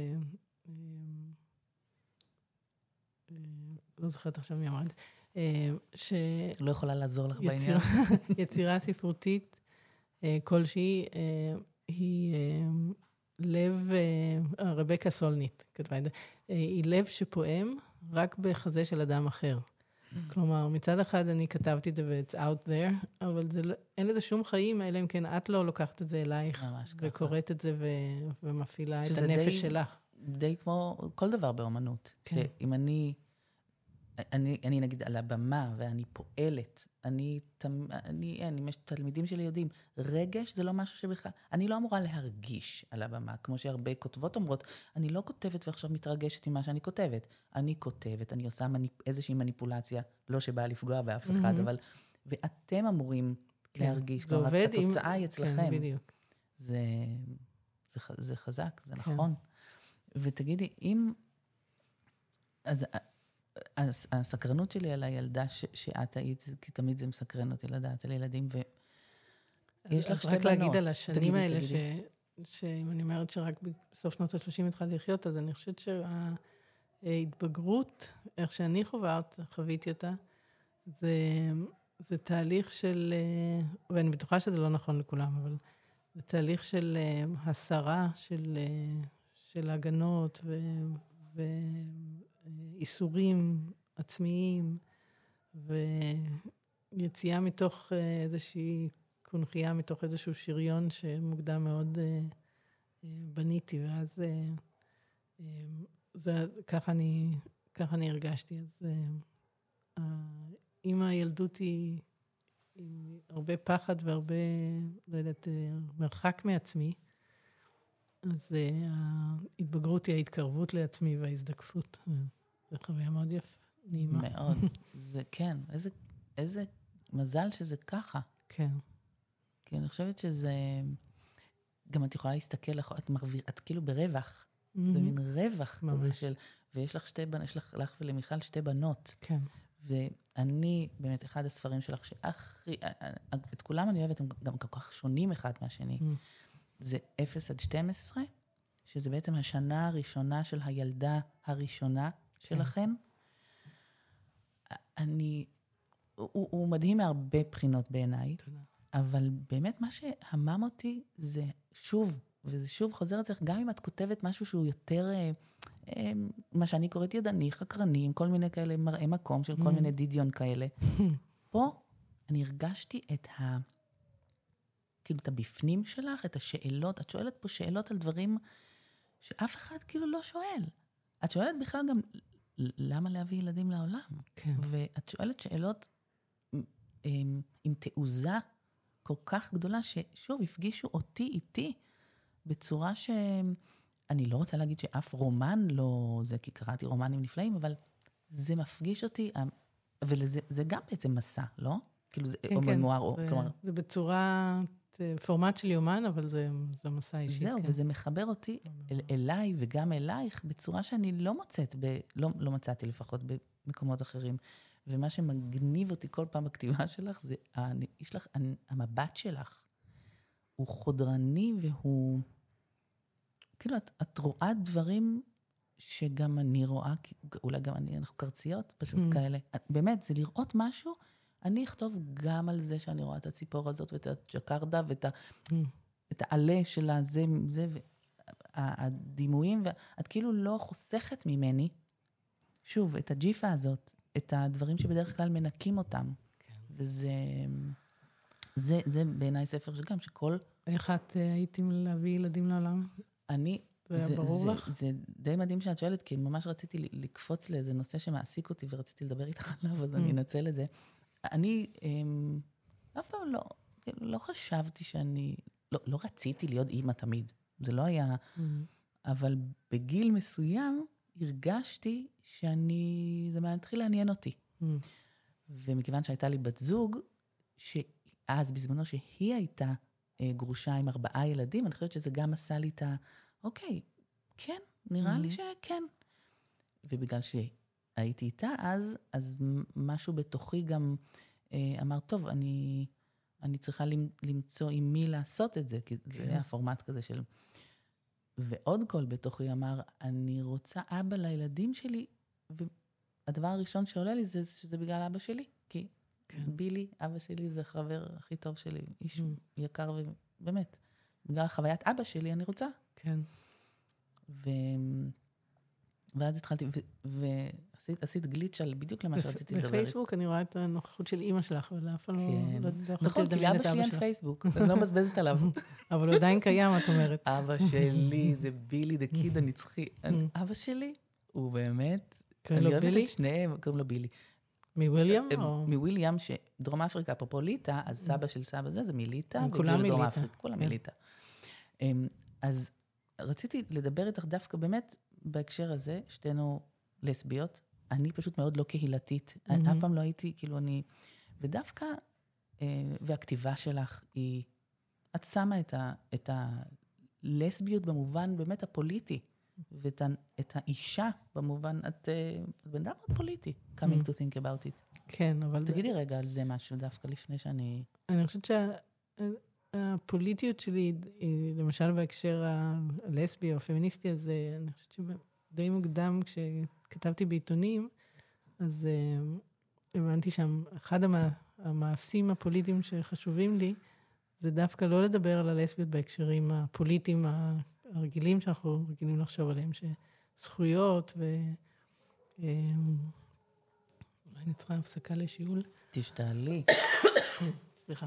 לא זוכרת עכשיו מי אמרה את זה, ש... לא יכולה לעזור לך בעניין. יצירה ספרותית כלשהי, היא... לב, רבקה סולנית, כתבה את זה, היא לב שפועם רק בחזה של אדם אחר. כלומר, מצד אחד אני כתבתי את זה ו-it's out there, אבל זה, אין לזה שום חיים, אלא אם כן את לא לוקחת את זה אלייך, וקוראת את זה ו- ומפעילה את הנפש די, שלך. די כמו כל דבר באומנות. כן. שאם אני, אני, אני נגיד על הבמה, ואני פועלת, אני, אני, אני, תלמידים שלי יודעים, רגש זה לא משהו שבכלל, אני לא אמורה להרגיש על הבמה, כמו שהרבה כותבות אומרות, אני לא כותבת ועכשיו מתרגשת ממה שאני כותבת, אני כותבת, אני עושה מניפ, איזושהי מניפולציה, לא שבאה לפגוע באף אחד, mm-hmm. אבל, ואתם אמורים כן, להרגיש, כלומר, התוצאה עם... היא אצלכם. כן, בדיוק. זה, זה, זה חזק, זה כן. נכון. ותגידי, אם, אז, הסקרנות שלי על הילדה ש- שאת היית, כי תמיד זה מסקרן אותי לדעת על ילדים, ויש לך שתי בנות. רק להגיד על השנים תגידי, האלה, תגידי. ש- שאם אני אומרת שרק בסוף שנות ה-שלושים התחלתי לחיות, אז אני חושבת שההתבגרות, איך שאני חווית, חוויתי אותה, זה, זה תהליך של, ואני בטוחה שזה לא נכון לכולם, אבל זה תהליך של הסרה, של, של הגנות ו... ו- איסורים עצמיים, ויציאה מתוך איזושהי קונחייה, מתוך איזשהו שריון שמוקדם מאוד בניתי, ואז זה, ככה אני, ככה אני הרגשתי. אז אם הילדות היא עם הרבה פחד והרבה, לא יודעת, מרחק מעצמי, אז ההתבגרות היא ההתקרבות לעצמי וההזדקפות. זו חוויה מאוד יפה, נעימה. מאוד. זה כן, איזה, איזה מזל שזה ככה. כן. כי אני חושבת שזה, גם את יכולה להסתכל, את, מרוויר, את כאילו ברווח. Mm-hmm. זה מין רווח ממש. כזה של, ויש לך שתי בנות, יש לך, לך ולמיכל שתי בנות. כן. ואני, באמת, אחד הספרים שלך, שהכי, את כולם אני אוהבת, הם גם כל כך שונים אחד מהשני. Mm. זה אפס עד שתים עשרה, שזה בעצם השנה הראשונה של הילדה הראשונה כן. שלכם. אני, הוא, הוא מדהים מהרבה בחינות בעיניי, תודה. אבל באמת מה שהמם אותי זה שוב, וזה שוב חוזר אצלך, גם אם את כותבת משהו שהוא יותר... מה שאני קוראת ידני, חקרני, עם כל מיני כאלה מראה מקום של כל מיני דידיון כאלה. פה אני הרגשתי את ה... כאילו את הבפנים שלך, את השאלות. את שואלת פה שאלות על דברים שאף אחד כאילו לא שואל. את שואלת בכלל גם למה להביא ילדים לעולם. כן. ואת שואלת שאלות עם, עם תעוזה כל כך גדולה, ששוב, הפגישו אותי איתי בצורה ש... אני לא רוצה להגיד שאף רומן לא זה, כי קראתי רומנים נפלאים, אבל זה מפגיש אותי, וזה זה גם בעצם מסע, לא? כאילו זה כן, או כן. ממואר, או זה, כלומר... זה בצורה, זה פורמט של יומן, אבל זה, זה מסע אישי. זהו, כן. וזה מחבר אותי אל, אליי וגם אלייך, בצורה שאני לא מוצאת, ב, לא, לא מצאתי לפחות במקומות אחרים. ומה שמגניב אותי כל פעם בכתיבה שלך, זה, יש לך, המבט שלך, הוא חודרני והוא... כאילו, את, את רואה דברים שגם אני רואה, אולי גם אני, אנחנו קרציות, פשוט mm. כאלה. באמת, זה לראות משהו, אני אכתוב גם על זה שאני רואה את הציפור הזאת, ואת הג'קרדה, ואת mm. את העלה של הזה, זה, והדימויים, ואת כאילו לא חוסכת ממני, שוב, את הג'יפה הזאת, את הדברים שבדרך כלל מנקים אותם. כן. וזה, זה, זה בעיניי ספר שגם, שכל... איך את הייתם להביא ילדים לעולם? אני, זה, זה, ברור זה, לך? זה די מדהים שאת שואלת, כי ממש רציתי לקפוץ לאיזה נושא שמעסיק אותי, ורציתי לדבר איתך עליו, אז אני אנצל את זה. אני אמ, אף פעם לא, לא חשבתי שאני, לא, לא רציתי להיות אימא תמיד. זה לא היה, אבל בגיל מסוים הרגשתי שאני, זה מתחיל לעניין אותי. ומכיוון שהייתה לי בת זוג, שאז בזמנו שהיא הייתה, גרושה עם ארבעה ילדים, אני חושבת שזה גם עשה לי את ה... אוקיי, כן, נראה לי שכן. ובגלל שהייתי איתה אז, אז משהו בתוכי גם אמר, טוב, אני, אני צריכה למצוא עם מי לעשות את זה, כי זה היה פורמט כזה של... ועוד קול בתוכי אמר, אני רוצה אבא לילדים שלי, והדבר הראשון שעולה לי זה שזה בגלל אבא שלי, כי... בילי, אבא שלי, זה חבר הכי טוב שלי, איש יקר ובאמת. בגלל חוויית אבא שלי, אני רוצה. כן. ו... ואז התחלתי, ועשית גליץ' על בדיוק למה שרציתי לדבר. בפייסבוק אני רואה את הנוכחות של אימא שלך, ולאף פעם לא יכולתי נכון, כי לאבא שלי אין פייסבוק, אני לא מבזבזת עליו. אבל הוא עדיין קיים, את אומרת. אבא שלי, זה בילי, the kid הנצחי. אבא שלי, הוא באמת, אני אוהבת את שניהם, קוראים לו בילי. מוויליאם? מוויליאם, שדרום אפריקה, אפרופו ליטא, אז סבא של סבא זה, זה מליטא. כולם מליטא. כולם מליטא. אז רציתי לדבר איתך דווקא באמת, בהקשר הזה, שתינו לסביות, אני פשוט מאוד לא קהילתית, אף פעם לא הייתי, כאילו אני, ודווקא, והכתיבה שלך היא, את שמה את הלסביות במובן באמת הפוליטי, ואת האישה במובן, את בן אדם מאוד פוליטי, coming to think about it. כן, אבל... תגידי רגע על זה משהו דווקא לפני שאני... אני חושבת שהפוליטיות שלי, למשל בהקשר הלסבי או הפמיניסטי הזה, אני חושבת שדי מוקדם כשכתבתי בעיתונים, אז הבנתי שאחד המעשים הפוליטיים שחשובים לי, זה דווקא לא לדבר על הלסביות בהקשרים הפוליטיים הרגילים שאנחנו רגילים לחשוב עליהם, שזכויות ו... אני צריכה הפסקה לשיעול. תשתעלי. סליחה.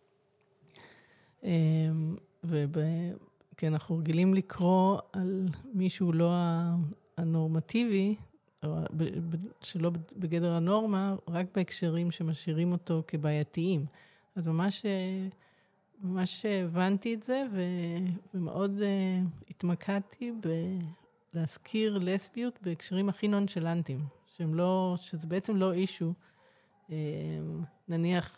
וכן, אנחנו רגילים לקרוא על מישהו לא הנורמטיבי, שלא בגדר הנורמה, רק בהקשרים שמשאירים אותו כבעייתיים. אז ממש, ממש הבנתי את זה, ומאוד התמקדתי בלהזכיר לסביות בהקשרים הכי נונשלנטיים, שהם לא, שזה בעצם לא אישו. נניח,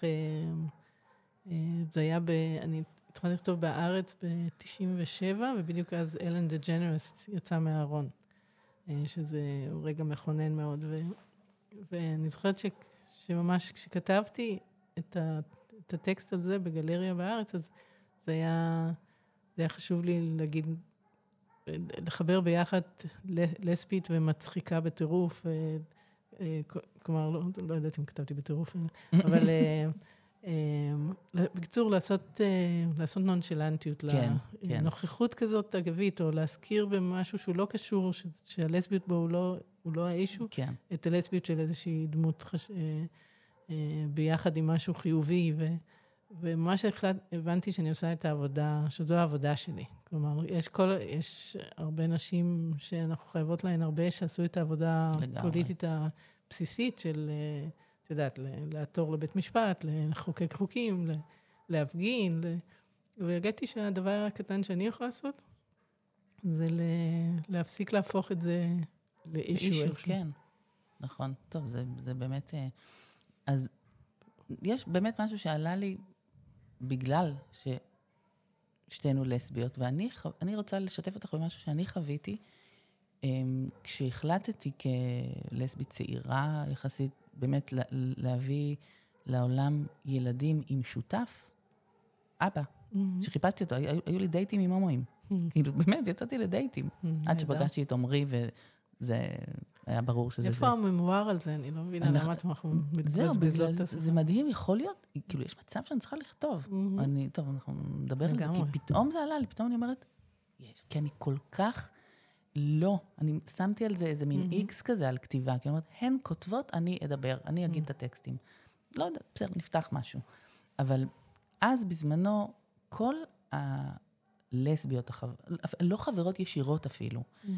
זה היה ב... אני התחלתי לכתוב בארץ ב-תשעים ושבע, ובדיוק אז אלן דה ג'נרס יצא מהארון, שזה רגע מכונן מאוד. ו... ואני זוכרת ש... שממש כשכתבתי את, ה... את הטקסט הזה בגלריה בארץ, אז זה היה, זה היה חשוב לי להגיד, לחבר ביחד לסבית ומצחיקה בטירוף, כלומר, לא, לא יודעת אם כתבתי בטירוף, אבל בקצור, לעשות, לעשות נונשלנטיות, לנוכחות כזאת אגבית, או להזכיר במשהו שהוא לא קשור, שהלסביות בו הוא לא, הוא לא האישו, את הלסביות של איזושהי דמות ביחד עם משהו חיובי, ומה שהבנתי שאני עושה את העבודה, שזו העבודה שלי. כלומר, יש, כל, יש הרבה נשים שאנחנו חייבות להן הרבה, שעשו את העבודה הפוליטית הבסיסית של, את יודעת, לעתור לבית משפט, לחוקק חוקים, להפגין, והרגעתי שהדבר הקטן שאני יכולה לעשות, זה להפסיק להפוך את זה לאישו. כן, נכון. טוב, זה, זה באמת... אז יש באמת משהו שעלה לי בגלל ששתינו לסביות, ואני אני רוצה לשתף אותך במשהו שאני חוויתי, כשהחלטתי כלסבית צעירה יחסית, באמת להביא לעולם ילדים עם שותף, אבא, שחיפשתי אותו, היו, היו לי דייטים עם הומואים. כאילו, באמת, יצאתי לדייטים, עד שפגשתי את עומרי, וזה היה ברור שזה זה. איפה הממואר על זה? אני לא מבינה למה אנחנו מתבזבזות את זה. זה מדהים, יכול להיות, כאילו, יש מצב שאני צריכה לכתוב. אני, טוב, אנחנו נדבר על זה, כי פתאום זה עלה לי, פתאום אני אומרת, כי אני כל כך לא, אני שמתי על זה איזה מין איקס כזה על כתיבה, כי אני אומרת, הן כותבות, אני אדבר, אני אגיד את הטקסטים. לא יודע, בסדר, נפתח משהו. אבל אז בזמנו, כל הלסביות, לא חברות ישירות אפילו,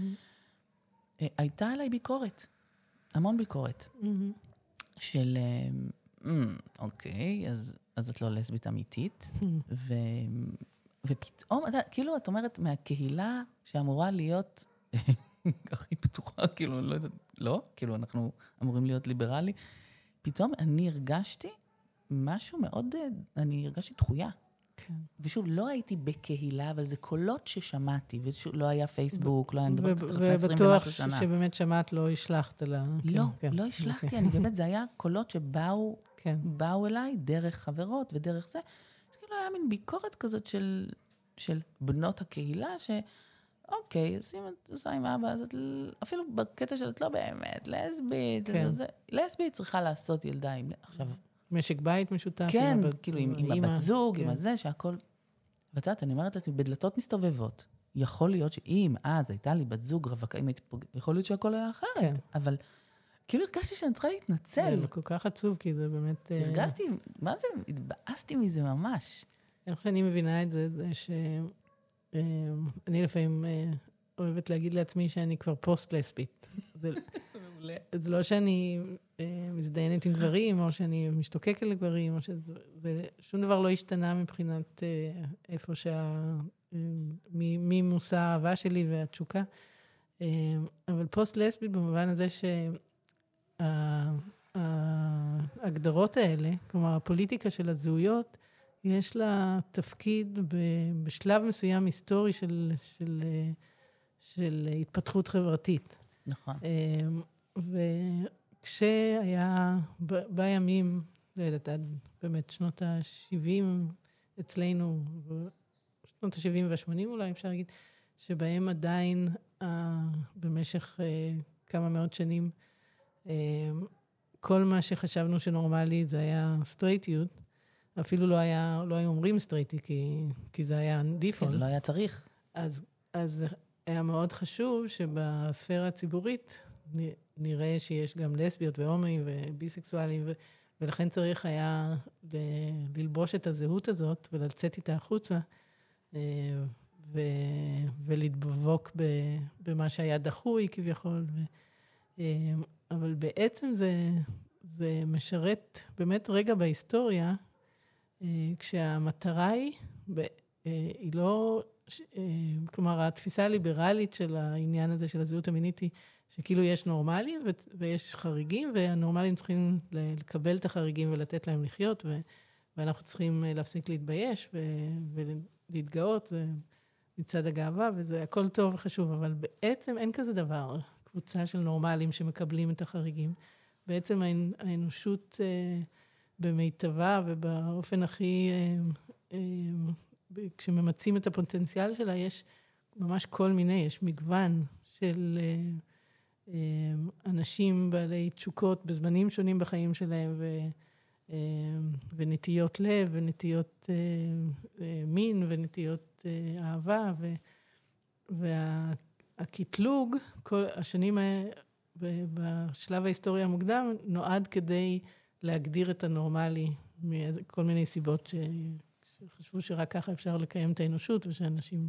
הייתה עליי ביקורת, המון ביקורת, של, אוקיי, אז את לא לסבית אמיתית, ופתאום, כאילו את אומרת, מהקהילה שאמורה להיות הכי פתוחה, כאילו, לא יודעת, לא, כאילו אנחנו אמורים להיות ליברלי, פתאום אני הרגשתי משהו מאוד, אני הרגשתי דחויה. כן. ושוב, לא הייתי בקהילה, אבל זה קולות ששמעתי, ושוב, לא היה פייסבוק, לא היה דבר אחרי עשרים ומשהו שנה. ובטוח שבאמת שמעת, לא השלחת לה. לא, לא השלחתי, אני באמת, זה היה קולות שבאו, באו אליי דרך חברות ודרך זה, שכאילו היה מין ביקורת כזאת של בנות הקהילה, ש... אוקיי, אז אם את עושה עם אבא, אז את, אפילו בקטע של את לא באמת, לסבית, כן. זה, לסבית צריכה לעשות ילדה עם, עכשיו... משק בית משותף. כן, עם כאילו עם, עם הבת זוג, כן. עם הזה, שהכל... ואת יודעת, אני אומרת לעצמי, בדלתות מסתובבות, יכול להיות שאם אז הייתה לי בת זוג רווקה, אם הייתי פוג... יכול להיות שהכל היה אחרת, כן. אבל כאילו הרגשתי שאני צריכה להתנצל. זה כל כך עצוב, כי זה באמת... הרגשתי, מה זה, התבאסתי מזה ממש. איך שאני מבינה את זה, זה ש... אני לפעמים אוהבת להגיד לעצמי שאני כבר פוסט-לסבית. זה לא שאני מזדיינת עם גברים, או שאני משתוקקת לגברים, או שום דבר לא השתנה מבחינת איפה מי מושא האהבה שלי והתשוקה. אבל פוסט-לסבית במובן הזה שההגדרות האלה, כלומר הפוליטיקה של הזהויות, יש לה תפקיד בשלב מסוים היסטורי של, של, של התפתחות חברתית. נכון. וכשהיה ב, בימים, לא יודעת, עד באמת שנות ה-שבעים אצלנו, שנות ה-שבעים וה-שמונים אולי אפשר להגיד, שבהם עדיין במשך כמה מאות שנים, כל מה שחשבנו שנורמלי זה היה סטרייטיות, אפילו לא היה, לא היו אומרים סטרייטי, כי, כי זה היה דיפולט. כן, לא היה צריך. אז, אז היה מאוד חשוב שבספירה הציבורית נראה שיש גם לסביות והומואים וביסקסואלים, ו- ולכן צריך היה ל- ללבוש את הזהות הזאת ולצאת איתה החוצה, ו- ולדבוק ב- במה שהיה דחוי כביכול. ו- אבל בעצם זה, זה משרת באמת רגע בהיסטוריה, כשהמטרה היא, היא לא, כלומר, התפיסה הליברלית של העניין הזה של הזהות המינית היא, שכאילו יש נורמלים ויש חריגים, והנורמלים צריכים לקבל את החריגים ולתת להם לחיות, ואנחנו צריכים להפסיק להתבייש ולהתגאות מצד הגאווה, וזה הכל טוב וחשוב, אבל בעצם אין כזה דבר, קבוצה של נורמלים שמקבלים את החריגים. בעצם האנושות במיטבה ובאופן הכי, כשממצים את הפוטנציאל שלה, יש ממש כל מיני, יש מגוון של אנשים בעלי תשוקות בזמנים שונים בחיים שלהם, ו, ונטיות לב, ונטיות מין, ונטיות אהבה, ו, והקטלוג, כל השנים בשלב ההיסטוריה המוקדם, נועד כדי להגדיר את הנורמלי, מכל מיני סיבות ש, שחשבו שרק ככה אפשר לקיים את האנושות, ושאנשים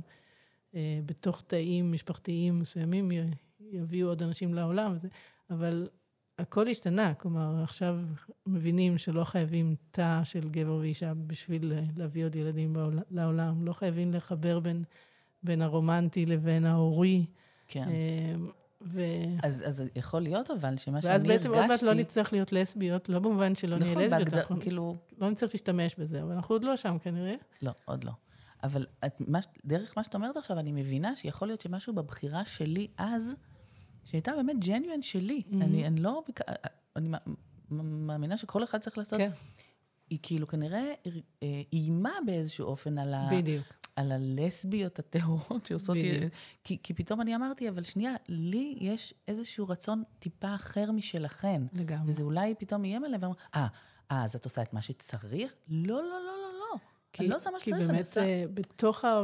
בתוך תאים משפחתיים מסוימים יביאו עוד אנשים לעולם, וזה, אבל הכל השתנה, כלומר, עכשיו מבינים שלא חייבים תא של גבר ואישה בשביל להביא עוד ילדים לעולם, לא חייבים לחבר בין, בין הרומנטי לבין ההורי. כן. ו... אז, אז יכול להיות אבל שמה שאני ואז הרגשתי... בעצם עוד מעט לא נצטרך להיות לסביות, לא במובן שלא נהיה לסביות, בהגד... אנחנו כאילו... לא נצטרך להשתמש בזה, אבל אנחנו עוד לא שם כנראה. לא, עוד לא. אבל את, מה, דרך מה שאת אומרת עכשיו, אני מבינה שיכול להיות שמשהו בבחירה שלי אז, שהייתה באמת ג'ניואן שלי. Mm-hmm. אני, אני לא... אני מאמינה שכל אחד צריך לעשות... כן. היא כאילו כנראה אימה באיזשהו אופן על ה... בדיוק. על הלסביות הטהורות שעושות... כי, כי פתאום אני אמרתי, אבל שנייה, לי יש איזשהו רצון טיפה אחר משלכן. לגמרי. וזה אולי פתאום יהיה מלא, ואומר, אה, אה, אז את עושה את מה שצריך? לא, לא, לא, לא, לא. כי, אני לא עושה מה שצריך, כי באמת, עושה... בתוך, ה,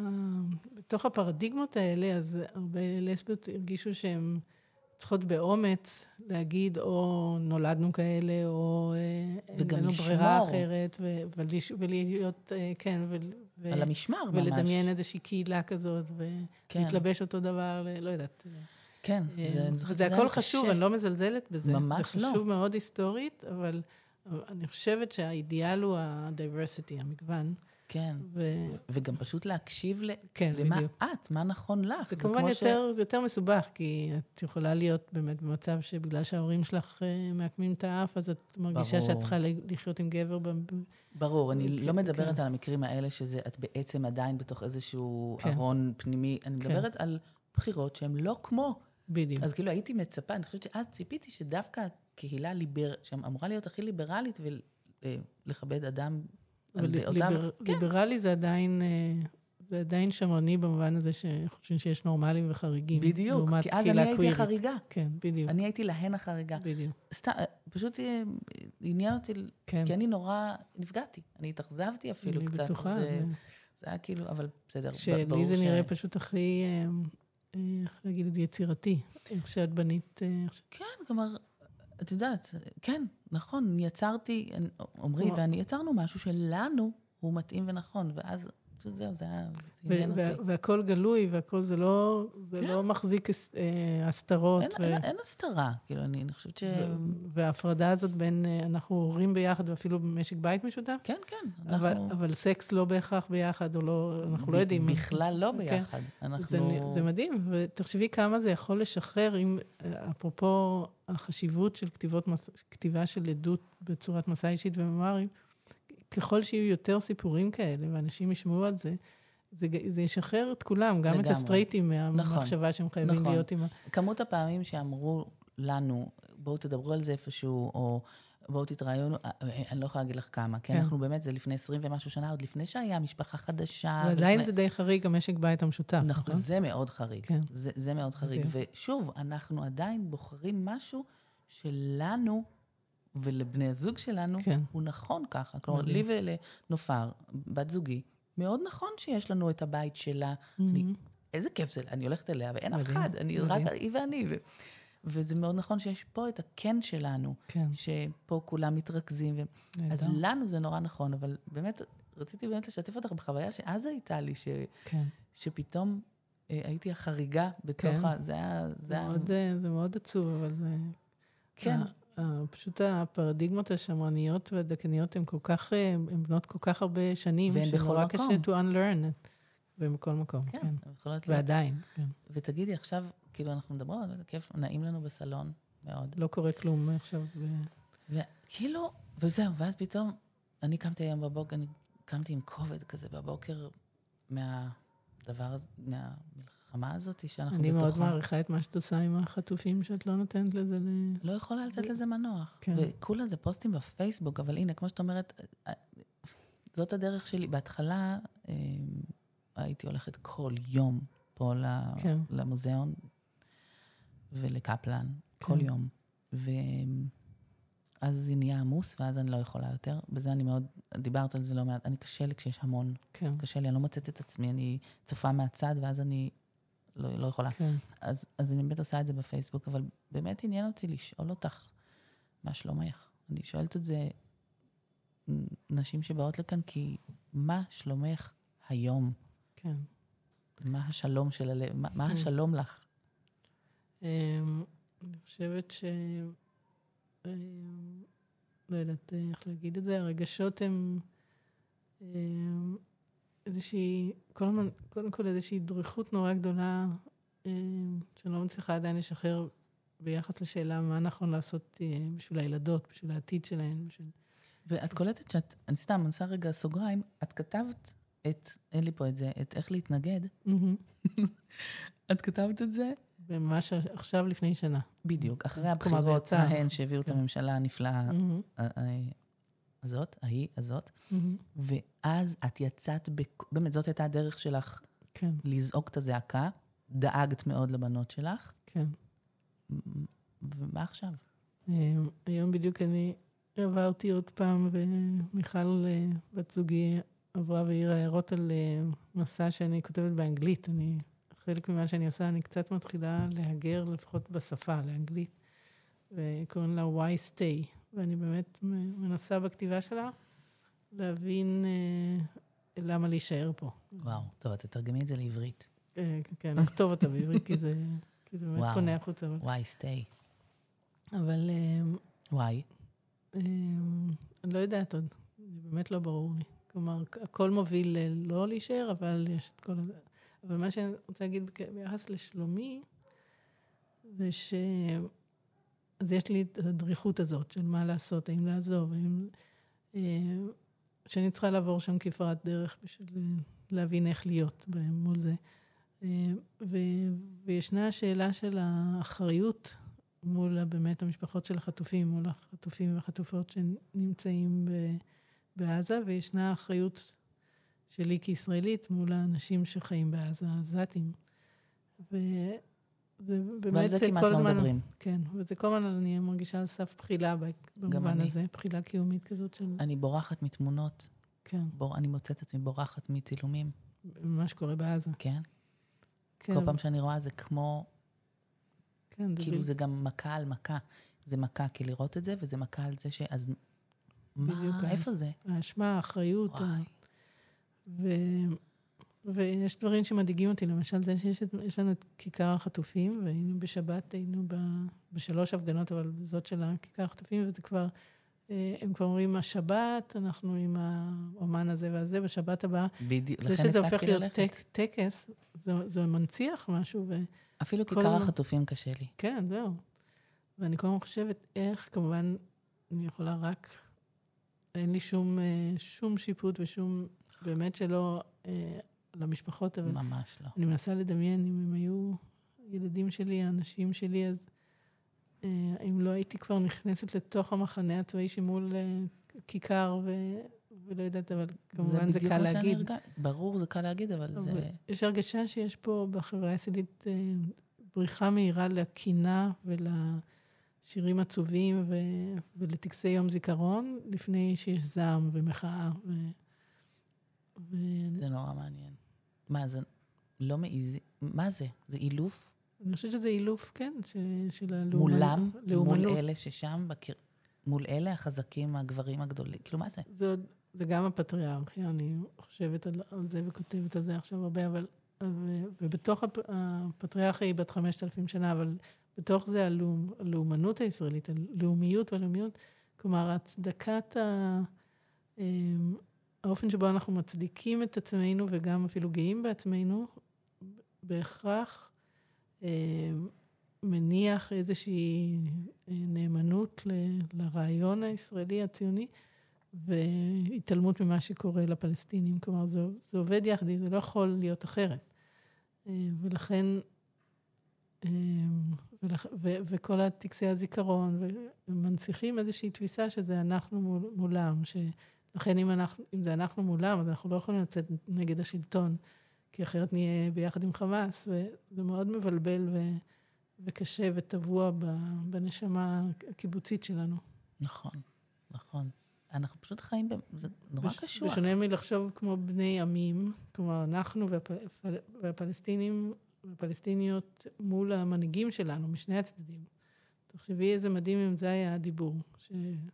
בתוך הפרדיגמות האלה, אז הרבה לסביות הרגישו שהן צריכות באומץ להגיד, או נולדנו כאלה, או אין לנו ברירה אחרת, ו, ולהיות, כן, ו, ו, על המשמר ולדמיין איזושהי קהילה כזאת, ולהתלבש אותו דבר, לא יודעת. כן. וזה הכל חשוב, אני לא מזלזלת בזה. ממש לא. זה חשוב מאוד היסטורית, אבל אני חושבת שהאידיאל הוא ה-diversity, המגוון. כן, ו... וגם פשוט להקשיב ל... כן, למה בדיוק. את, מה נכון לך. זה, זה כמובן יותר, ש... יותר מסובך, כי את יכולה להיות באמת במצב שבגלל שההורים שלך מעקמים את האף, אז את מרגישה ברור. שאת צריכה לחיות עם גבר. ב... ברור, אני כן, לא מדברת כן. על המקרים האלה, שזה את בעצם עדיין בתוך איזשהו כן. ארון פנימי, אני מדברת כן. על בחירות שהן לא כמו. בדיוק. אז כאילו הייתי מצפה, אני חושבת שאז ציפיתי שדווקא קהילה ליבר... שאמורה להיות הכי ליברלית ולכבד אדם... ליברלי זה עדיין, זה עדיין שמרני במובן הזה שחושבים שיש נורמלים וחריגים. בדיוק, כי אז אני הייתי החריגה. כן, בדיוק. אני הייתי להן החריגה. בדיוק. פשוט עניין אותי, כי אני נורא נפגעתי. אני התאכזבתי אפילו קצת. אני בטוחה. זה היה כאילו, אבל בסדר. שלי זה נראה פשוט הכי, איך להגיד את זה, יצירתי. איך שאת בנית... כן, כלומר... את יודעת, כן, נכון, יצרתי, עומרי ואני יצרנו משהו שלנו הוא מתאים ונכון, ואז זהו, זה עניין אותי. והכל גלוי, והכל זה לא מחזיק הסתרות. אין הסתרה, כאילו, אני חושבת ש... וההפרדה הזאת בין, אנחנו הורים ביחד, ואפילו במשק בית משותף? כן, כן. אבל סקס לא בהכרח ביחד, או לא, אנחנו לא יודעים. בכלל לא ביחד. זה מדהים, ותחשבי כמה זה יכול לשחרר, אם, אפרופו החשיבות של כתיבה של עדות בצורת מסע אישית וממרים, ככל שיהיו יותר סיפורים כאלה, ואנשים ישמעו על זה, זה, זה ישחרר את כולם, גם לגמרי. את הסטרייטים מהמחשבה נכון, שהם חייבים נכון. להיות עם... כמות הפעמים שאמרו לנו, בואו תדברו על זה איפשהו, או בואו תתראיונו, אני לא יכולה להגיד לך כמה, כי כן. אנחנו באמת, זה לפני עשרים ומשהו שנה, עוד לפני שהיה משפחה חדשה. ועדיין לפני... זה די חריג, המשק בית המשותף. נכון, נכון? זה מאוד חריג. כן. זה, זה מאוד חריג. זה... ושוב, אנחנו עדיין בוחרים משהו שלנו, ולבני הזוג שלנו, כן. הוא נכון ככה. כלומר, לי ולנופר, בת זוגי, מאוד נכון שיש לנו את הבית שלה. Mm-hmm. אני, איזה כיף זה, אני הולכת אליה, ואין אף אחד, אני רק היא ואני. ו, וזה מאוד נכון שיש פה את הכן שלנו, כן. שפה כולם מתרכזים. ו... אז לנו זה נורא נכון, אבל באמת, רציתי באמת לשתף אותך בחוויה שאז הייתה לי, ש... כן. שפתאום אה, הייתי החריגה בתוך כן. ה... זה היה... זה, זה, מאוד, היה... זה מאוד עצוב, אבל זה... כן. ה... פשוט הפרדיגמות השמרניות והדקניות הן כל כך, הן בנות כל כך הרבה שנים, והן בכל מקום. קשה to unlearn it. ובכל מקום, כן. כן. יכולות ועדיין, להיות... כן. ותגידי, עכשיו, כאילו, אנחנו מדברים, כיף, נעים לנו בסלון מאוד. לא קורה כלום עכשיו. ו... וכאילו, וזהו, ואז פתאום, אני קמתי היום בבוקר, אני קמתי עם כובד כזה בבוקר, מהדבר, מהמלחמה הזאת שאנחנו אני בתוכה. מאוד מעריכה את מה שאת עושה עם החטופים, שאת לא נותנת לזה ל... לא יכולה לתת לזה מנוח. כן. וכולה זה פוסטים בפייסבוק, אבל הנה, כמו שאת אומרת, זאת הדרך שלי. בהתחלה הייתי הולכת כל יום פה כן. למוזיאון ולקפלן, כן. כל יום. ואז זה נהיה עמוס, ואז אני לא יכולה יותר. בזה אני מאוד, דיברת על זה לא מעט, אני קשה לי כשיש המון. כן. קשה לי, אני לא מוצאת את עצמי, אני צופה מהצד, ואז אני לא, לא יכולה. כן. אז, אז אני באמת עושה את זה בפייסבוק, אבל באמת עניין אותי לשאול אותך, מה שלומך? אני שואלת את זה נשים שבאות לכאן, כי מה שלומך היום? כן. מה השלום של הלב? מה, מה השלום לך? אני חושבת ש... לא יודעת איך להגיד את זה, הרגשות הם איזושהי, קודם כל איזושהי דריכות נורא גדולה, שאני לא מצליחה עדיין לשחרר ביחס לשאלה מה נכון לעשות בשביל הילדות, בשביל העתיד שלהן. בשביל... ואת קולטת שאת, אני סתם, אני עושה רגע סוגריים, את כתבת את, אין לי פה את זה, את איך להתנגד. את כתבת את זה? ממש עכשיו לפני שנה. בדיוק, אחרי הבחירות ההן שהביאו את הממשלה הנפלאה הזאת, ההיא הזאת, ואז את יצאת, באמת זאת הייתה הדרך שלך לזעוק את הזעקה, דאגת מאוד לבנות שלך. כן. ומה עכשיו? היום בדיוק אני עברתי עוד פעם, ומיכל בת זוגי עברה והעירה הערות על מסע שאני כותבת באנגלית. אני... חלק ממה שאני עושה, אני קצת מתחילה להגר, לפחות בשפה, לאנגלית, וקוראים לה Why Stay, ואני באמת מנסה בכתיבה שלה להבין אה, למה להישאר פה. וואו, טוב, את תתרגמי את זה לעברית. אה, כן, נכתוב אותה בעברית, כי זה, כי זה באמת וואו, פונה החוצה. Why Stay. אבל... אה, Why? אה, אני לא יודעת עוד, זה באמת לא ברור לי. כלומר, הכל מוביל לא להישאר, אבל יש את כל... אבל מה שאני רוצה להגיד ביחס לשלומי, זה ש... אז יש לי את הדריכות הזאת של מה לעשות, האם לעזוב, האם... שאני צריכה לעבור שם כפרת דרך בשביל להבין איך להיות מול זה. ו... וישנה השאלה של האחריות מול באמת המשפחות של החטופים, מול החטופים והחטופות שנמצאים בעזה, וישנה האחריות שלי כישראלית מול האנשים שחיים בעזה, העזתים. וזה באמת... ועל זה כמעט לא מדברים. כן, וזה כל הזמן אני מרגישה על סף בחילה במובן הזה, בחילה קיומית כזאת של... אני בורחת מתמונות. כן. בור, אני מוצאת עצמי בורחת מצילומים. מה שקורה בעזה. כן. כן. כל פעם שאני רואה זה כמו... כן, כאילו זה גם מכה על מכה. זה מכה כי לראות את זה, וזה מכה על זה ש... אז מה? איפה זה? האשמה, האחריות. ו... ויש דברים שמדאיגים אותי, למשל זה שיש לנו את כיכר החטופים, והיינו בשבת, היינו ב... בשלוש הפגנות, אבל זאת של הכיכר החטופים, וזה כבר, הם כבר אומרים, השבת, אנחנו עם האומן הזה והזה, בשבת הבאה. בדיוק, לכן זה שזה הופך להיות טק, טקס, זה, זה מנציח משהו. ו... אפילו כיכר החטופים קשה לי. כן, זהו. ואני כל הזמן חושבת איך, כמובן, אני יכולה רק, אין לי שום, שום שיפוט ושום, באמת שלא, למשפחות, אבל ממש לא. אני מנסה לדמיין אם הם היו ילדים שלי, האנשים שלי, אז אם לא הייתי כבר נכנסת לתוך המחנה הצבאי שמול כיכר, ו... ולא יודעת, אבל כמובן זה, זה קל להגיד. הרגע... ברור, זה קל להגיד, אבל, אבל זה... יש הרגשה שיש פה בחברה הישראלית בריחה מהירה לקינה ולשירים עצובים ו... ולטקסי יום זיכרון, לפני שיש זעם ומחאה. ו... ו... זה נורא מעניין. מה, זה לא מעיז... מה זה? זה אילוף? אני חושבת שזה אילוף, כן, ש, של הלאומנות. מולם, לאומנות. מול אלה ששם, בקיר, מול אלה החזקים, הגברים הגדולים. כאילו, מה זה? זה, עוד, זה גם הפטריארכיה, אני חושבת על, על זה וכותבת על זה עכשיו הרבה, אבל, ו, ובתוך הפ, הפטריארכיה היא בת חמשת אלפים שנה, אבל בתוך זה הלאומ, הלאומנות הישראלית, הלאומיות והלאומיות, כלומר, הצדקת ה... האופן שבו אנחנו מצדיקים את עצמנו וגם אפילו גאים בעצמנו, בהכרח מניח איזושהי נאמנות ל, לרעיון הישראלי הציוני, והתעלמות ממה שקורה לפלסטינים. כלומר, זה, זה עובד יחד, זה לא יכול להיות אחרת. ולכן, ולכ, ו, וכל הטקסי הזיכרון, ומנציחים איזושהי תפיסה שזה אנחנו מול, מולם, שלכן אם, אנחנו, אם זה אנחנו מולם, אז אנחנו לא יכולים לצאת נגד השלטון, כי אחרת נהיה ביחד עם חמאס, וזה מאוד מבלבל ו, וקשה וטבוע בנשמה הקיבוצית שלנו. נכון, נכון. אנחנו פשוט חיים, זה נורא בש, קשוח. בשונה מלחשוב כמו בני עמים, כלומר, אנחנו והפל, והפלסטינים, והפלסטיניות מול המנהיגים שלנו, משני הצדדים. תחשבי איזה מדהים אם זה היה הדיבור, ש,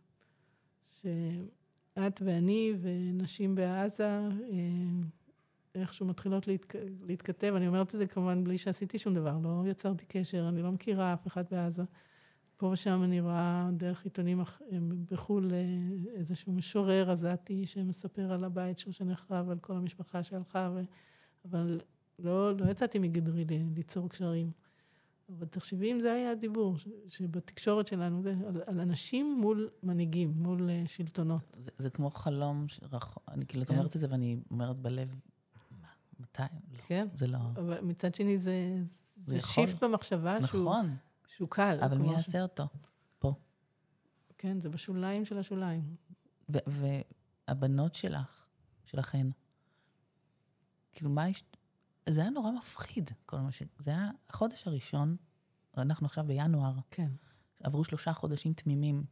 שאת ואני ונשים בעזה, איכשהו מתחילות להתק, להתכתב, אני אומרת את זה כמובן בלי שעשיתי שום דבר, לא יצרתי קשר, אני לא מכירה אף אחד בעזה. פה ושם אני רואה דרך עיתונים בחול איזשהו משורר עזתי שמספר על הבית שלו שנחרב, על כל המשפחה שהלכה, ו... אבל לא, לא יצאתי מגדרי ליצור קשרים. אבל תחשבי אם זה היה הדיבור, ש... שבתקשורת שלנו זה על, על אנשים מול מנהיגים, מול שלטונות. זה, זה כמו חלום, שרח... אני כאילו כן. אומרת את זה ואני אומרת בלב, מה, מתי? כן. לא, זה לא... אבל מצד שני זה, זה, זה יכול... שיפט במחשבה נכון. שהוא... שהוא קל. אבל מי יעשה ש... אותו? פה. כן, זה בשוליים של השוליים. ו- והבנות שלך, שלכן, כאילו מה יש... זה היה נורא מפחיד, כל מה ש... זה היה החודש הראשון, אנחנו עכשיו בינואר, כן. עברו שלושה חודשים תמימים.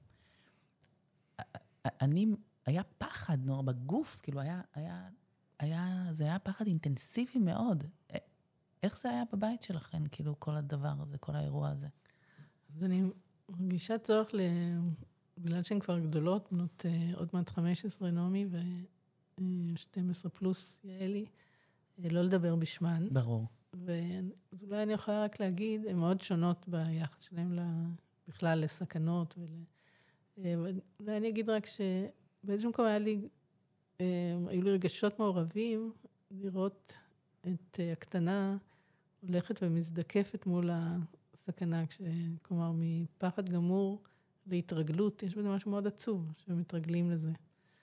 אני, היה פחד נורא בגוף, כאילו היה, היה, היה, זה היה פחד אינטנסיבי מאוד. איך זה היה בבית שלכן, כאילו כל הדבר הזה, כל האירוע הזה? אז אני מרגישה צורך, בגלל שהן כבר גדולות, בנות עוד מעט חמש עשרה נעמי ו-שתים עשרה פלוס יעלי, לא לדבר בשמן. ברור. אז אולי אני יכולה רק להגיד, הן מאוד שונות ביחס שלהן בכלל לסכנות. ואולי אני אגיד רק שבאיזשהו מקום היה לי, היו לי רגשות מעורבים לראות את הקטנה הולכת ומזדקפת מול הסכנה, כלומר, מפחד גמור להתרגלות, יש בזה משהו מאוד עצוב, שמתרגלים לזה.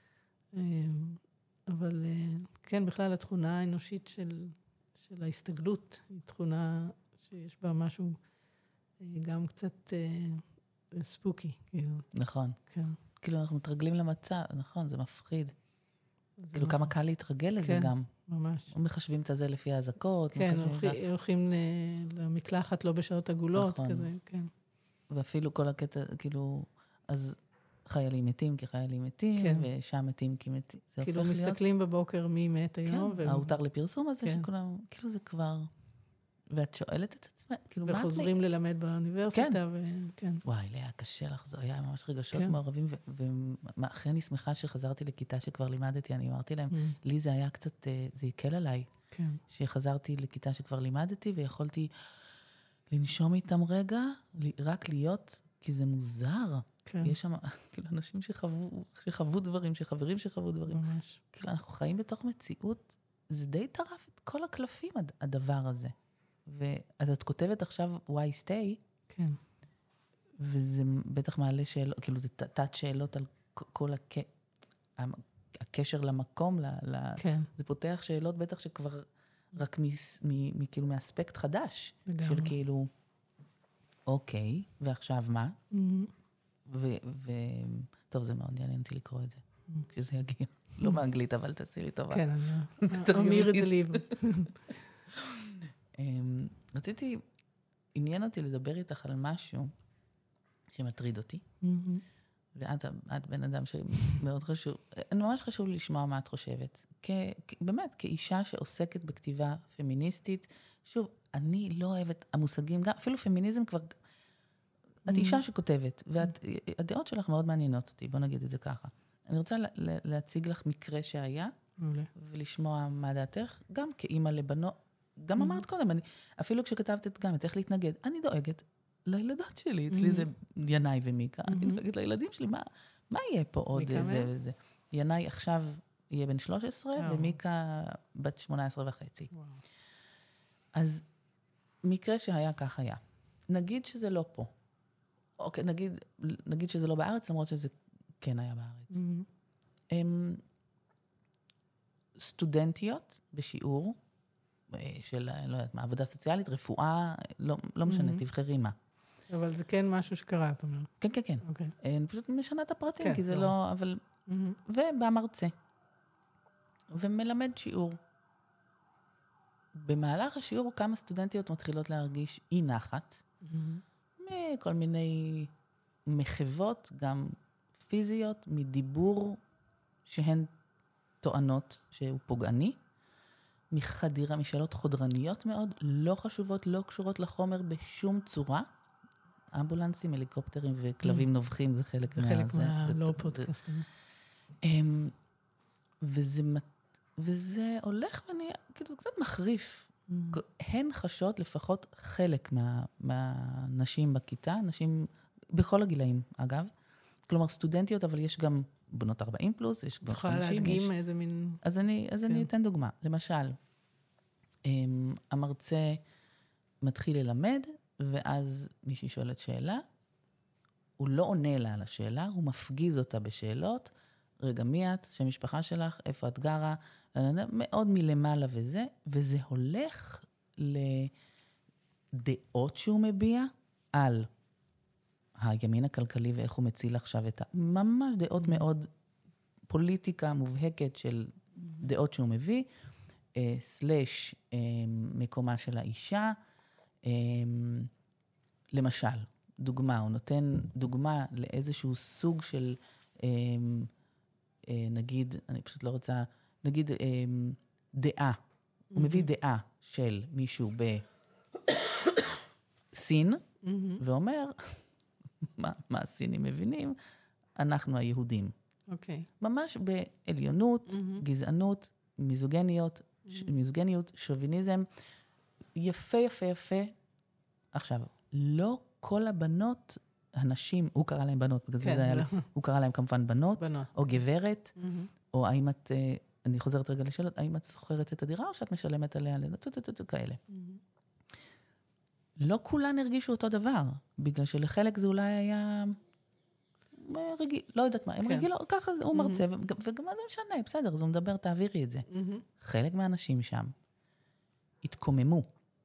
אבל כן, בכלל התכונה האנושית של, של ההסתגלות, היא תכונה שיש בה משהו גם קצת ספוקי. כאילו. נכון. כן. כאילו אנחנו מתרגלים למצב, נכון, זה מפחיד. כאילו כמה קל להתרגל לזה גם. ממש. מחשבים את זה לפי ההזקות. כן, הולכים למקלחת לא בשעות עגולות, כזה, כן. ואפילו כל הקטע, כאילו, אז חיילים מתים כי חיילים מתים, ושם מתים כי מתים. כאילו מסתכלים בבוקר מי מת היום. כן, ההותר לפרסום הזה שכולם, כאילו זה כבר... ואת שואלת את עצמך, כאילו מה... וחוזרים ללמד באוניברסיטה, וכן. וואי, לי היה קשה לחזור, היה ממש רגשות מעורבים, ואחרי אני שמחה שחזרתי לכיתה שכבר לימדתי, אני אמרתי להם, לי זה היה קצת, זה יקל עליי, שחזרתי לכיתה שכבר לימדתי, ויכולתי לנשום איתם רגע, רק להיות, כי זה מוזר. יש שם, כאילו, אנשים שחוו דברים, שחברים שחוו דברים. ממש. כאילו, אנחנו חיים בתוך מציאות, זה די טרף את כל הקלפים, הדבר הזה. ואז את כותבת עכשיו why stay, כן. וזה בטח מעלה שאלות, כאילו זה תת שאלות על כל הק... הקשר למקום, ל... כן. זה פותח שאלות בטח שכבר רק מ... מ... מ... כאילו מאספקט חדש, לגמרי. של כאילו, אוקיי, ועכשיו מה? Mm-hmm. ו... ו... טוב, זה מאוד יעניין אותי לקרוא את זה, mm-hmm. כשזה יגיע. לא מאנגלית, אבל תעשי לי טובה. כן, אני אמיר את זה לי. רציתי, עניין אותי לדבר איתך על משהו שמטריד אותי, ואת בן אדם שמאוד חשוב, ממש חשוב לשמוע מה את חושבת. באמת, כאישה שעוסקת בכתיבה פמיניסטית, שוב, אני לא אוהבת המושגים, גם, אפילו פמיניזם כבר, את אישה שכותבת, והדעות שלך מאוד מעניינות אותי, בוא נגיד את זה ככה. אני רוצה להציג לך מקרה שהיה, ולשמוע מה דעתך, גם כאימא לבנות, גם אמרת קודם, אני, אפילו כשכתבת את גם, את איך להתנגד, אני דואגת לילדות שלי, אצלי זה ינאי ומיקה, אני דואגת לילדים שלי, מה, מה יהיה פה עוד זה וזה? ינאי עכשיו יהיה בן שלוש עשרה, ומיקה בת שמונה עשרה וחצי. אז מקרה שהיה כך היה. נגיד שזה לא פה. אוקיי, נגיד, נגיד שזה לא בארץ, למרות שזה כן היה בארץ. הם סטודנטיות בשיעור של, לא יודעת מה, עבודה סוציאלית, רפואה, לא, לא משנה, תבחרי מה. אבל זה כן משהו שקרה, את אומרת. כן, כן, כן. אוקיי. אני פשוט משנה את הפרטים, כן, כי זה לא. לא, אבל... ובא מרצה. ומלמד שיעור. במהלך השיעור כמה סטודנטיות מתחילות להרגיש אי נחת, מכל מיני מחוות, גם פיזיות, מדיבור שהן טוענות שהוא פוגעני, מחדירה, משאלות חודרניות מאוד, לא חשובות, לא קשורות לחומר בשום צורה. אמבולנסים, הליקופטרים וכלבים נובחים, זה חלק מה... חלק מהלא פודקאסטים. וזה, וזה הולך ואני, כאילו, קצת מחריף. הן חשות לפחות חלק מה, מהנשים בכיתה, נשים בכל הגילאים, אגב. כלומר, סטודנטיות, אבל יש גם בנות ארבעים פלוס, יש בנות חמישים. תוכל להדגים איזה מין... אז אני, אז אני אתן דוגמה. למשל, המרצה מתחיל ללמד, ואז מישהי שואלת שאלה, הוא לא עונה לה על השאלה, הוא מפגיז אותה בשאלות, רגע, מי את? שם משפחה שלך? איפה את גרה? מאוד מלמעלה וזה, וזה הולך לדעות שהוא מביע על הימין הכלכלי ואיך הוא מציל עכשיו את ה... ממש דעות מאוד פוליטיקה מובהקת של דעות שהוא מביא, אה, סלש אה, מקומה של האישה. אה, למשל, דוגמה, הוא נותן דוגמה לאיזשהו סוג של, אה, אה, נגיד, אני פשוט לא רוצה, נגיד, אה, דעה. Mm-hmm. הוא מביא דעה של מישהו בסין, mm-hmm. ואומר, מה, מה הסינים מבינים? אנחנו היהודים. אוקיי. Okay. ממש בעליונות, mm-hmm. גזענות, מיזוגניות, mm-hmm. ש, מיזוגניות, שוביניזם, יפה, יפה, יפה. עכשיו, לא כל הבנות, הנשים, הוא קרא להם בנות, בגלל כן, זה היה, לא. הוא קרא להם כמובן בנות, בנות. או גברת, mm-hmm. או האם את, אני חוזרת רגע לשאלות, האם את זוכרת את הדירה, או שאת משלמת עליה, כאלה. Mm-hmm. לא כולן הרגישו אותו דבר, בגלל שלחלק זה אולי היה רגיל, לא יודעת מה, הם רגיל, ככה הוא מרצה, וגם מה זה משנה, בסדר, אז הוא מדבר, תעבירי את זה. חלק מהאנשים שם התקוממו,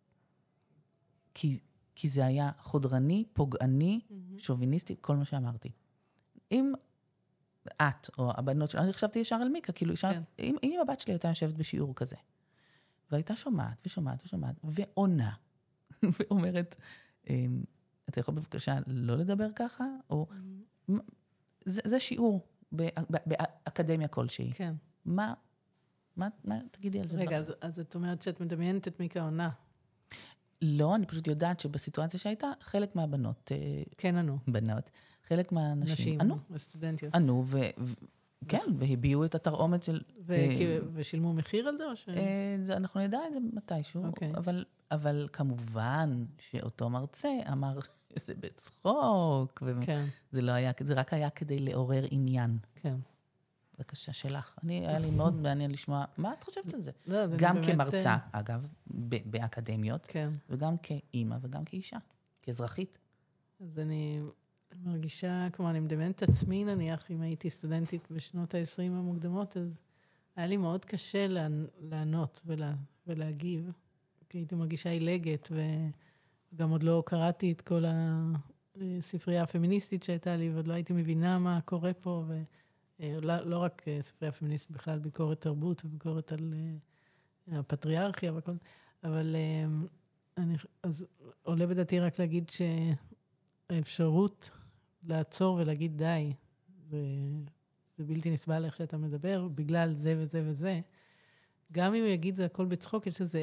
כי זה היה חודרני, פוגעני, שוביניסטי, כל מה שאמרתי. אם את, או הבנות שלה, אני חשבתי ישר על מיקה, כאילו, אם הבת שלי הייתה יושבת בשיעור כזה, והייתה שומעת ושומעת ושומעת, ועונה, ואומרת, אתה יכול בבקשה לא לדבר ככה? או, זה, זה שיעור באקדמיה כלשהי. כן. מה, מה, מה, תגידי על זה? רגע, אז, אז את אומרת שאת מדמיינת את מיקה עונה. לא, אני פשוט יודעת שבסיטואציה שהייתה, חלק מהבנות... כן, ענו. בנות. חלק מהנשים... נשים, ענו. וסטודנטיות. ענו, ו... כן, והביעו את התרעומת של... ושילמו מחיר על זה או ש... אנחנו נדע את זה מתישהו, אבל כמובן שאותו מרצה אמר שזה בצחוק, זה לא היה, זה רק היה כדי לעורר עניין. כן. בבקשה שלך. אני, היה לי מאוד מעניין לשמוע, מה את חושבת על זה? גם כמרצה, אגב, באקדמיות, וגם כאימא וגם כאישה, כאזרחית. אז אני... מרגישה, כמו אני מדמיינת את עצמי, נניח, אם הייתי סטודנטית בשנות ה-עשרים המוקדמות, אז היה לי מאוד קשה לענות ולה, ולהגיב, כי הייתי מרגישה אילגת, וגם עוד לא קראתי את כל הספרייה הפמיניסטית שהייתה לי, ועוד לא הייתי מבינה מה קורה פה, ולא לא רק ספרייה פמיניסטית, בכלל ביקורת תרבות, וביקורת על הפטריארכיה, וכל, אבל אני, אז עולה בדעתי רק להגיד שהאפשרות לעצור ולהגיד די, זה, זה בלתי נסבל איך שאתה מדבר, בגלל זה וזה וזה, גם אם הוא יגיד זה הכל בצחוק, יש לזה ערך.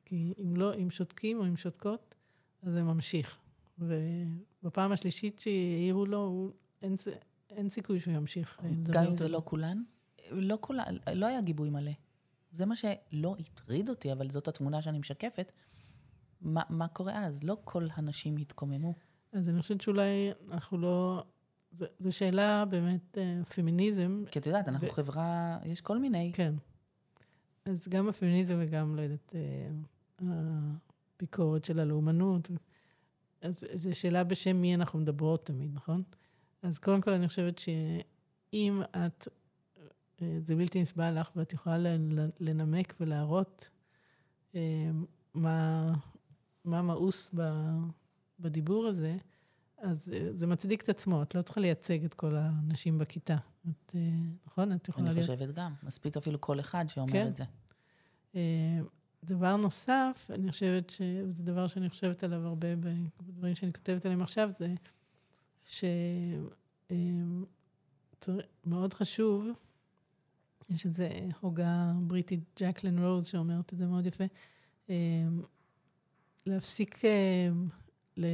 כי אם לא, אם שותקים או אם שותקות, אז זה ממשיך. ובפעם השלישית שהעירו לו, הוא, אין, אין סיכוי שהוא ימשיך. גם אם זה לא כולן? לא כולן, לא היה גיבוי מלא. זה מה שלא הטריד אותי, אבל זאת התמונה שאני משקפת. מה, מה קורה אז? לא כל הנשים התקוממו. אז אני חושבת שאולי אנחנו לא... זו שאלה באמת פמיניזם. כי את יודעת, אנחנו חברה, יש כל מיני. כן. אז גם הפמיניזם וגם, לא יודעת, הביקורת של הלאומנות. אז זו שאלה בשם מי אנחנו מדברות תמיד, נכון? אז קודם כל אני חושבת שאם את, זה בלתי נסבל לך, ואת יכולה לנמק ולהראות מה, מה מאוס בדיבור הזה, אז זה מצדיק את עצמו, את לא צריכה לייצג את כל האנשים בכיתה. את, נכון? את יכולה... אני חושבת להיות... גם, מספיק אפילו כל אחד שאומר כן. את זה. דבר נוסף, אני חושבת שזה דבר שאני חושבת עליו הרבה בדברים שאני כותבת עליהם עכשיו, זה שמאוד חשוב, יש איזו הוגה בריטית, ג'קלין רוז, שאומרת את זה מאוד יפה, להפסיק ל...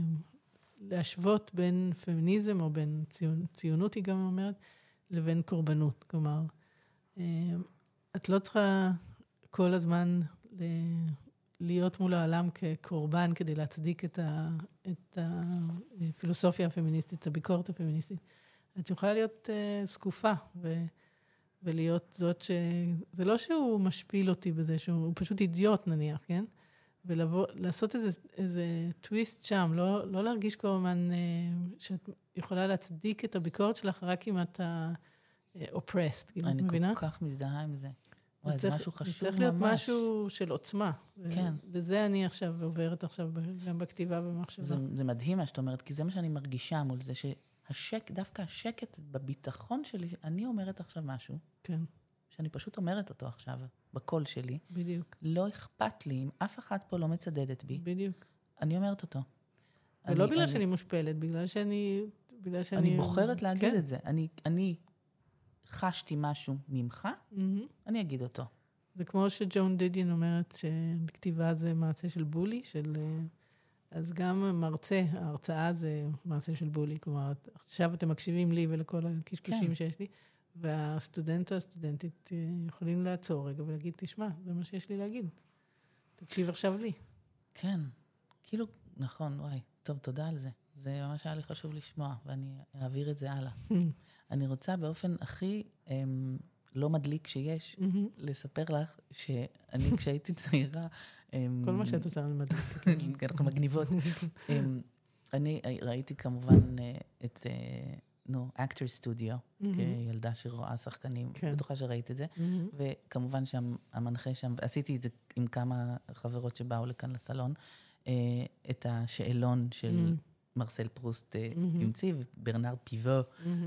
להשוות בין פמיניזם, או בין ציונ... ציונות, היא גם אומרת, לבין קורבנות. כלומר, את לא צריכה כל הזמן ל... להיות מול העולם כקורבן, כדי להצדיק את, ה... את הפילוסופיה הפמיניסטית, את הביקורת הפמיניסטית. את יכולה להיות uh, סקופה, ו... ולהיות זאת ש... זה לא שהוא משפיל אותי בזה, שהוא פשוט אידיוט נניח, כן? ולבוא, לעשות איזה, איזה טוויסט שם, לא, לא להרגיש כל הזמן אה, שאת יכולה להצדיק את הביקורת שלך רק אם אתה אופרסט, כאילו, את מבינה? אני כל כך מזדהה עם זה. וואי, זה משהו חשוב ממש. צריך להיות משהו של עוצמה. כן. וזה אני עכשיו עוברת עכשיו גם בכתיבה ובמחשבה. זה, זה מדהים מה שאת אומרת, כי זה מה שאני מרגישה מול זה, שהשק, דווקא השקט בביטחון שלי, אני אומרת עכשיו משהו. כן. שאני פשוט אומרת אותו עכשיו, בקול שלי. בדיוק. לא אכפת לי, אם אף אחד פה לא מצדדת בי. בדיוק. אני אומרת אותו. ולא בגלל שאני מושפלת, בגלל שאני... בגלל שאני... אני בוחרת להגיד את זה. אני, אני חשתי משהו ממך, אני אגיד אותו. זה כמו שג'ון דידין אומרת, שכתיבה זה מעשה של בולי, של... אז גם מרצה, ההרצאה זה מעשה של בולי. כלומר, עכשיו אתם מקשיבים לי ולכל הקשקושים שיש לי, והסטודנט או הסטודנטית יכולים לעצור רגע ולהגיד, תשמע, זה מה שיש לי להגיד. תקשיב עכשיו לי. כן, כאילו, נכון, וואי, טוב, תודה על זה. זה ממש היה לי חשוב לשמוע, ואני אעביר את זה הלאה. אני רוצה באופן הכי אמ, לא מדליק שיש, לספר לך שאני כשהייתי צעירה... אמ, כל מה שאת עושה אני מדליק. אנחנו מגניבות. אמ, אני ראיתי כמובן את... נו, אקטור סטודיו, כילדה שרואה שחקנים, בטוחה שראית את זה, וכמובן שהמנחה שם, עשיתי את זה עם כמה חברות שבאו לכאן לסלון, את השאלון של מרסל פרוסט המציא, וברנרד פיבו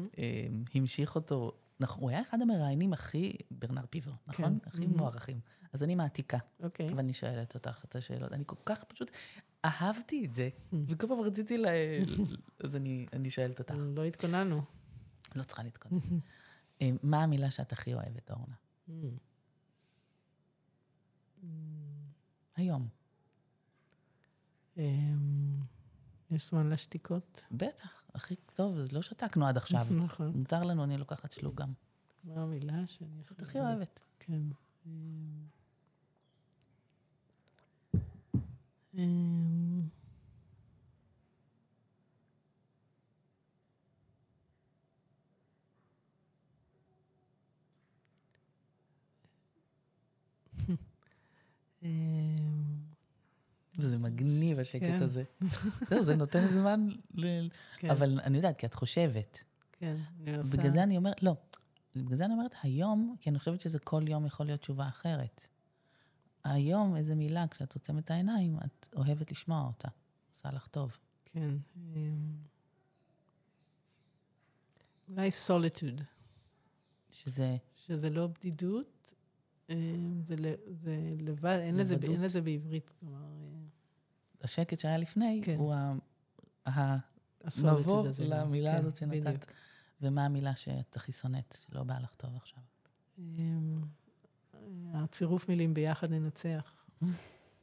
המשיך אותו, הוא היה אחד המראיינים הכי, ברנרד פיבו, נכון? הכי מוערכים. אז אני מעתיקה, ואני שואלת אותך את השאלות. אני כל כך פשוט אהבתי את זה, וכל פעם רציתי ל... אז אני שואלת אותך. לא התכוננו. לא צריכה להתכונן. מה המילה שאת הכי אוהבת, אורנה? היום. יש זמן לשתיקות? בטח, הכי טוב, לא שתקנו עד עכשיו. נכון. מותר לנו, אני לוקחת שלוק גם. מה המילה שאני הכי אוהבת? כן. זה מגניב השקט הזה. זה נותן זמן, אבל אני יודעת, כי את חושבת. כן, אני עושה. בגלל זה אני אומרת, לא, בגלל זה אני אומרת היום, כי אני חושבת שזה כל יום יכול להיות תשובה אחרת. היום איזה מילה, כשאת עוצמת העיניים, את אוהבת לשמוע אותה. עושה לך טוב. כן. אולי סוליטוד. שזה... שזה לא בדידות, זה לבד, אין לזה בעברית. השקט שהיה לפני, הוא המבוא למילה הזאת שנתת. ומה המילה שאת הכי שונאת, שלא באה לך טוב עכשיו? הצירוף מילים ביחד ננצח.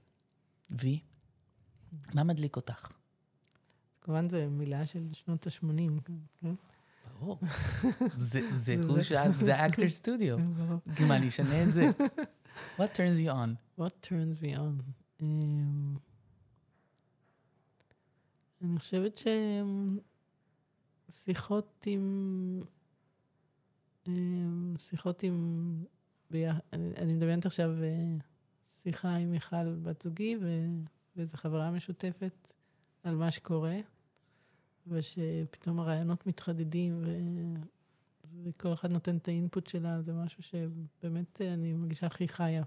וי? מה מדליק אותך? כמובן, זו מילה של שנות ה-שמונים, כן? ברור. זה האקטר סטודיו. מה, אני אשנה את זה? What turns you on? What turns me on? אני חושבת ששיחות עם... שיחות עם... אני מדמיינת עכשיו שיחה עם מיכל בת זוגי, ואיזו חברה משותפת על מה שקורה, ושפתאום הרעיונות מתחדדים, וכל אחד נותן את האינפוט שלה, זה משהו שבאמת אני מרגישה הכי חיה.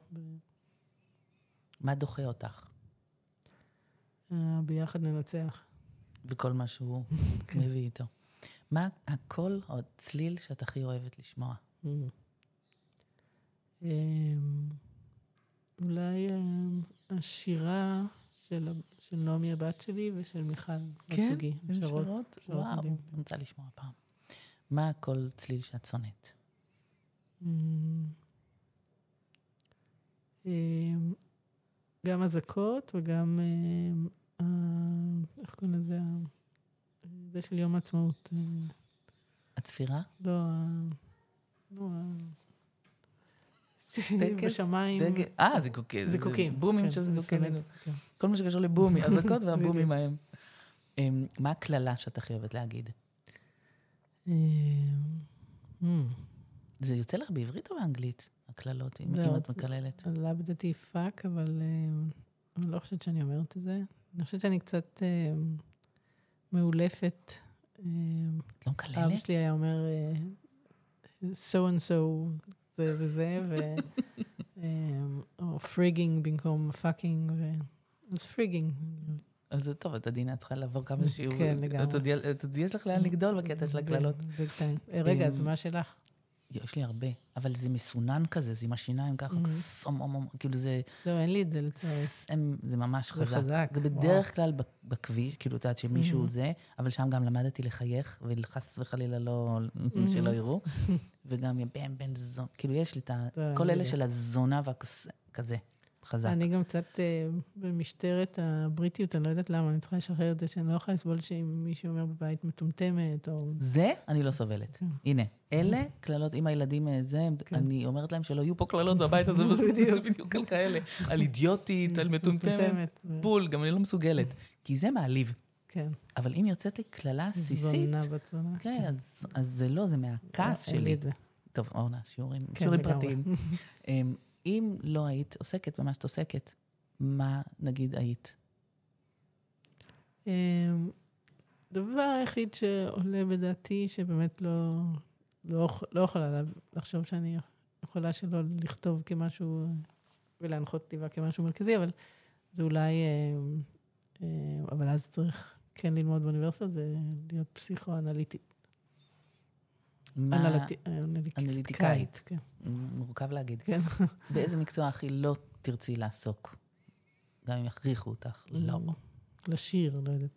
מה דוחה אותך? ביחד ננצח. וכל מה שהוא מביא איתו. מה הקול או צליל שאת הכי אוהבת לשמוע? אולי השירה של נעמי הבת שלי ושל מיכל בת זוגי. כן? שרות? וואו, אני רוצה לשמוע פעם. מה הקול צליל שאת שונאת? גם הזקות וגם, איך קוראים לזה? זה של יום העצמאות. הצפירה? לא, לא, בשמיים. אה, זיקוקים. זיקוקים. בומים של זיקוקים. כל מה שקשור לבומי, הזקות והבומים ההם. מה הכללה שאת הכי אוהבת להגיד? זה יוצא לך בעברית או באנגלית? הכללות, אם את מקללת. עלה בדעתי פאק, אבל אני לא חושבת שאני אומרת את זה. אני חושבת שאני קצת מאולפת. את לא מקללת? אבא שלי היה אומר, so and so, זה וזה, או פריגינג במקום פאקינג, אז פריגינג. אז זה טוב, את עדינה צריכה לעבור כמה שיעור. כן, לגמרי. את עוד יש לך לאן לגדול בקטע של הכללות. רגע, אז מה שלך? יש לי הרבה, אבל זה מסונן כזה, זה עם השיניים ככה, כאילו זה... לא, אין לי את זה לצערי. זה ממש חזק. זה חזק. זה בדרך כלל בכביש, כאילו, את יודעת שמישהו זה, אבל שם גם למדתי לחייך, ולחס וחלילה לא, שלא יראו, וגם בן בן זון, כאילו יש לי את כל אלה של הזונה וכזה, חזק. אני גם קצת במשטרת הבריטיות, אני לא יודעת למה, אני צריכה לשחרר את זה, שאני לא יכולה לסבול שאם מישהו אומר בבית מטומטמת, או... זה אני לא סובלת. הנה, אלה כללות, עם הילדים זה, אני אומרת להם שלא יהיו פה כללות בבית הזה, זה בדיוק על כאלה. על אידיוטית, על מטומטמת, בול, גם אני לא מסוגלת. כי זה מעליב. כן. אבל אם יוצאת לי כללה עסיסית, זונה בצונה. כן, אז זה לא, זה מהכעס שלי. אין לי את זה. טוב, אורנה, שיעורים פרטיים. אם לא היית עוסקת במה שאת עוסקת, מה נגיד היית? דבר היחיד שעולה בדעתי, שבאמת לא, לא, לא יכולה לחשוב שאני יכולה שלא לכתוב כמשהו, ולהנחות כתיבה כמשהו מרכזי, אבל זה אולי, אבל אז צריך כן ללמוד באוניברסיטה, זה להיות פסיכואנליטית. מה? אנליטיקאית. מורכב להגיד. כן. באיזה מקצוע הכי לא תרצי לעסוק? גם אם יכריחו אותך. לא. לשיר, לא יודעת.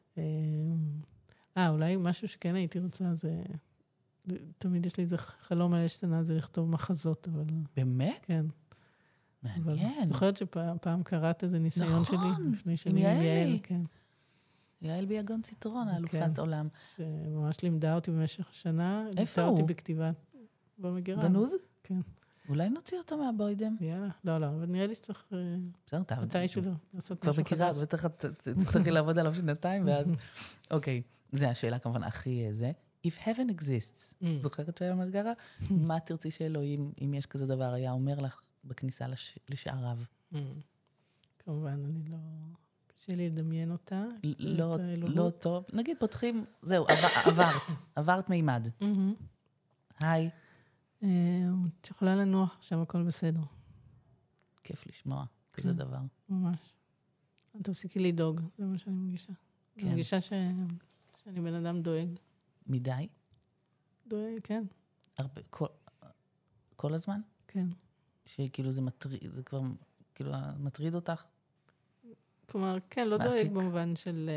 אה, אולי משהו שכן הייתי רוצה, זה... תמיד יש לי איזה חלום על אשתנה, זה לכתוב מחזות, אבל... באמת? כן. מעניין. זוכרת שפעם קראת איזה ניסיון שלי? נכון, לפני שנים עם יעל. כן. יעל ביגון ציטרון, האלופת עולם. שממש לימדה אותי במשך השנה. איפה הוא? לימדה אותי בכתיבה במגירה. גנוז? כן. אולי נוציא אותו מהבוידם. יאללה. לא, לא, אבל נראה לי שצריך... בסדר, תעבוד. מתישהו לא, לעשות כבר משהו מכירה, חדש. בטח תצטרכי לעבוד עליו שנתיים, ואז... אוקיי, זו השאלה כמובן הכי זה. If heaven exists, זוכרת שהיה במסגרה? מה תרצי שאלוהים, אם יש כזה דבר, היה אומר לך בכניסה לשעריו? כמובן, אני לא... קשה לי לדמיין אותה. לא טוב. נגיד פותחים, זהו, עברת, עברת מימד. היי. את יכולה לנוח, עכשיו הכל בסדר. כיף לשמוע כזה דבר. ממש. את תפסיקי לדאוג, זה מה שאני מרגישה. אני מרגישה שאני בן אדם דואג. מדי? דואג, כן. כל הזמן? כן. שכאילו זה מטריד, זה כבר, כאילו, מטריד אותך? כלומר, כן, לא דואג במובן של,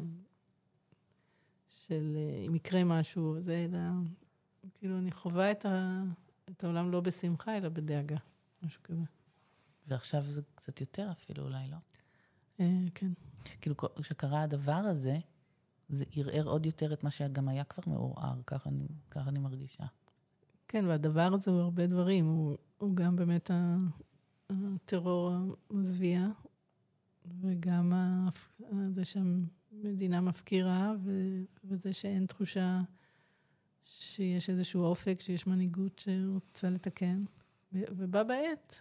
של אם יקרה משהו, זה אלא, כאילו, אני חווה את, ה, את העולם לא בשמחה, אלא בדאגה, משהו כזה. ועכשיו זה קצת יותר אפילו, אולי לא? כן. כאילו, כשקרה הדבר הזה, זה ערער עוד יותר את מה שגם היה כבר מעורער, ככה אני, ככה אני מרגישה. כן, והדבר הזה הוא הרבה דברים. הוא, הוא גם באמת הטרור המזוויע, וגם זה שהמדינה מפקירה, וזה שאין תחושה שיש איזשהו אופק, שיש מנהיגות שרוצה לתקן. ובא בעת,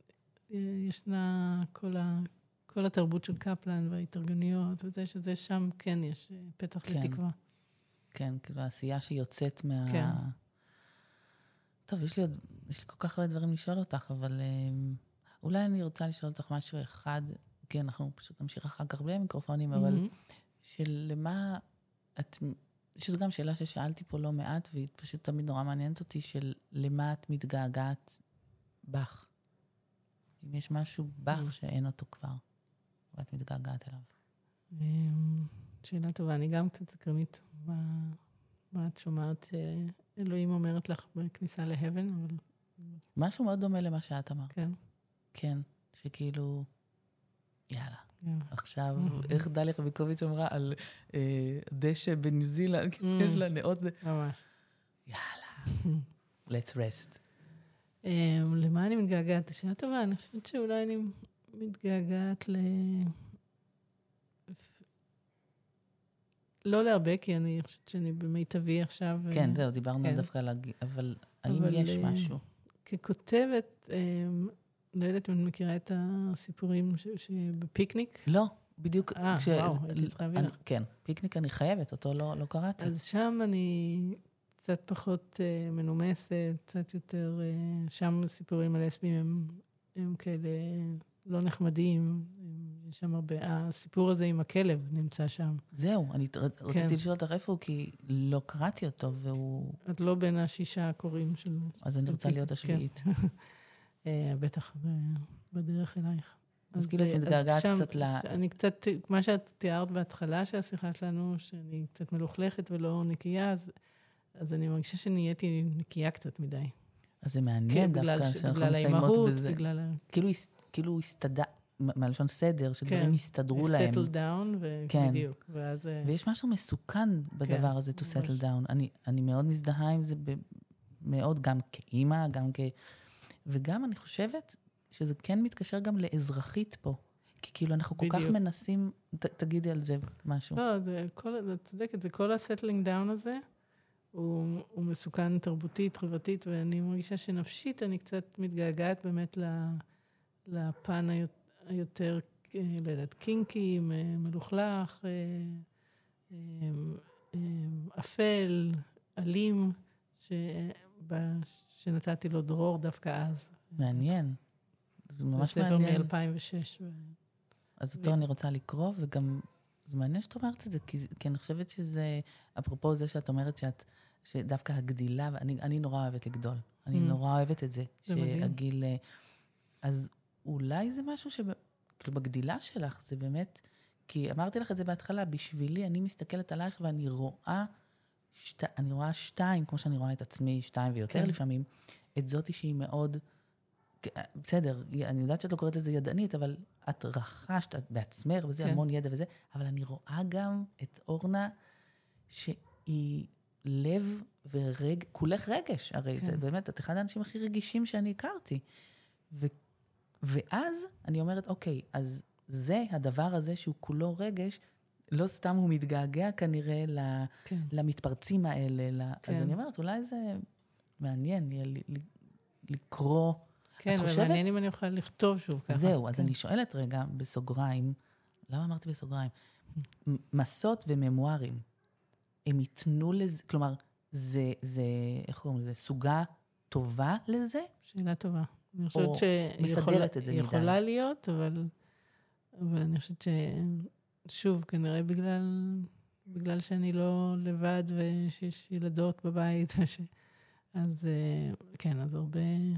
ישנה כל ה... כל התרבות של קפלן וההתארגנויות, וזה שזה שם כן יש פתח כן. לתקווה. כן, כאילו העשייה שיוצאת מה... כן. טוב, יש לי עוד, יש לי כל כך הרבה דברים לשאול אותך, אבל אולי אני רוצה לשאול אותך משהו אחד, כי אנחנו פשוט נמשיך אחר כך בלי המיקרופונים, אבל mm-hmm. שלמה את, שזו גם שאלה ששאלתי פה לא מעט, והיא פשוט תמיד נורא מעניינת אותי, של למה את מתגעגעת בך. אם יש משהו בך mm-hmm. שאין אותו כבר. ואת מתגעגעת אליו. שאלה טובה, אני גם קצת סקרנית. מה את שומעת? אלוהים אומרת לך בכניסה להבן, אבל... משהו מאוד דומה למה שאת אמרת. כן. כן, שכאילו, יאללה. עכשיו, איך דליה רביקוביץ' אמרה על דשא בניו זילנד, יש לה נאות... ממש. יאללה. Let's rest. למה אני מתגעגעת? שאלה טובה, אני חושבת שאולי אני... מתגעגעת ל... לא להרבה, כי אני חושבת שאני במיטבי עכשיו. כן, זהו, דיברנו כן. דווקא על... אבל האם אבל יש משהו? ככותבת, לא יודעת אם אני מכירה את הסיפורים שבפיקניק. לא, בדיוק. אה, כש... וואו, הייתי צריכה להבין. כן, פיקניק אני חייבת, אותו לא, לא קראתי. אז שם אני קצת פחות uh, מנומסת, קצת יותר... Uh, שם סיפורים על לסבים הם, הם כאלה... לא נחמדים, יש שם הרבה, הסיפור הזה עם הכלב נמצא שם. זהו, אני רציתי לשאול אותך איפה הוא, כי לא קראתי אותו, והוא... את לא בין השישה הקוראים של... אז אני רוצה להיות השביעית. בטח, בדרך אלייך. אז כאילו את מתגעגעת קצת ל... אני קצת, מה שאת תיארת בהתחלה של השיחה שלנו, שאני קצת מלוכלכת ולא נקייה, אז אני מרגישה שנהייתי נקייה קצת מדי. אז זה מעניין דווקא שאנחנו מסיימות בזה. בגלל האימהות, כאילו, כאילו הסתדר, מהלשון סדר, שדברים הסתדרו להם. settle down, ובדיוק. ויש משהו מסוכן בדבר הזה, to settle down. אני מאוד מזדהה עם זה, מאוד גם כאימא, גם כ... וגם אני חושבת שזה כן מתקשר גם לאזרחית פה. כי כאילו אנחנו כל כך מנסים, תגידי על זה משהו. לא, זה צודקת, זה כל ה-settling down הזה, הוא, הוא מסוכן תרבותית, חברתית, ואני מרגישה שנפשית אני קצת מתגעגעת באמת לפן היותר, לא יודעת, קינקי, מלוכלך, אפל, אלים, שנתתי לו דרור דווקא אז. מעניין. זה ממש מעניין. זה ספר מ-אלפיים ושש. אז אותו אני רוצה לקרוא, וגם זה מעניין שאת אומרת את זה, כי, כי אני חושבת שזה, אפרופו זה שאת אומרת שאת, שדווקא הגדילה, אני, אני נורא אוהבת לגדול. אני mm. נורא אוהבת את זה. זה שהגיל, מדהים. אז אולי זה משהו שב, כאילו בגדילה שלך, זה באמת, כי אמרתי לך את זה בהתחלה, בשבילי אני מסתכלת עלייך ואני רואה, שת, אני רואה שתיים, כמו שאני רואה את עצמי, שתיים ויותר כן. לפעמים, את זאתי שהיא מאוד, בסדר, אני יודעת שאת לא קוראת לזה ידענית, אבל את רכשת את בעצמך, וזה כן. המון ידע וזה, אבל אני רואה גם את אורנה, שהיא לב ורג, כולך רגש, הרי כן. זה באמת, את אחד האנשים הכי רגישים שאני הכרתי. ו, ואז אני אומרת, אוקיי, אז זה הדבר הזה שהוא כולו רגש, לא סתם הוא מתגעגע כנראה כן. למתפרצים האלה. כן. אז אני אומרת, אולי זה מעניין לקרוא, כן, ומעניין אם אני יכולה לכתוב שוב ככה. זהו, אז אני שואלת רגע בסוגריים, למה אמרתי בסוגריים? מסות וממוארים, הם ייתנו לזה, כלומר, זה, זה, איך קוראים לזה, סוגה טובה לזה? שאלה טובה. אני חושבת שהיא יכולה להיות, אבל, אבל אני חושבת ששוב, כנראה בגלל, בגלל שאני לא לבד ושיש ילדות בבית, וש... אז כן, אז הרבה...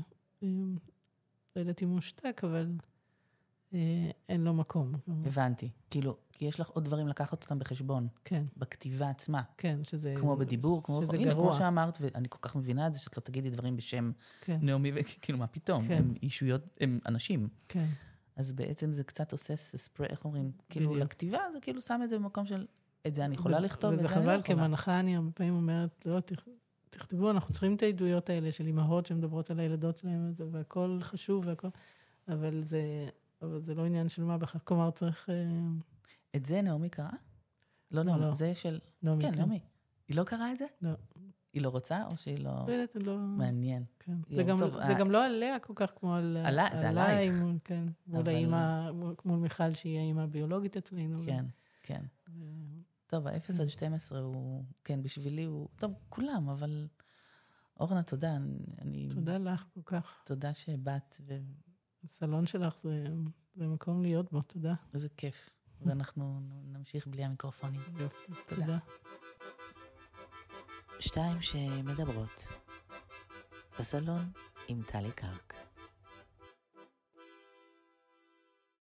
לא יודעת אם הוא מושתק, אבל אה, אין לו מקום. הבנתי. כאילו, כי יש לך עוד דברים לקחת אותם בחשבון. כן. בכתיבה עצמה. כן, שזה... כמו בדיבור, כמו... שזה הנה, גרוע. כמו שאמרת, ואני כל כך מבינה את זה, שאת לא תגידי דברים בשם כן. נעמי, וכאילו, מה פתאום? כן. הם אישויות, הם אנשים. כן. אז בעצם זה קצת עושה ספרי, איך אומרים? כאילו בדיוק. לכתיבה, זה כאילו שם את זה במקום של, את זה אני יכולה וזה- לכתוב, את זה וזה אני לא חבל, יכולה. כמנחה אני הרבה פעמים אומרת, לא, תכ- תכתבו, אנחנו צריכים את העדויות האלה של אמהות שמדברות על הילדות שלהם, וזה- והכל חשוב והכל, אבל זה, אבל זה לא עניין של מה בכלל, כלומר צריך... אה, את זה נעמי קראה? לא לא, נעמי, לא. זה של... נעמי, כן, כן. נעמי. היא לא קראה את זה? לא. היא לא רוצה, או שהיא לא... לא יודעת, אני לא... מעניין. כן. יום זה גם, טוב, זה אה, גם לא עליה כל כך כמו על... עלה- זה עליי, עלייך. מול- כן, מול אבל- האמא, מול- מול מיכל שהיא האמא הביולוגית אצלנו. ו- כן, כן. ו- טוב, ה-אפס עד שתים עשרה הוא... כן, בשבילי הוא... טוב, כולם, אבל... אורנה, תודה. אני... תודה לך כל כך. תודה שבאת, הסלון שלך זה, זה מקום להיות בו, תודה. וזה כיף. ואנחנו נמשיך בלי המיקרופונים. יופי, תודה. תודה. שתיים שמדברות. בסלון עם טלי קרק.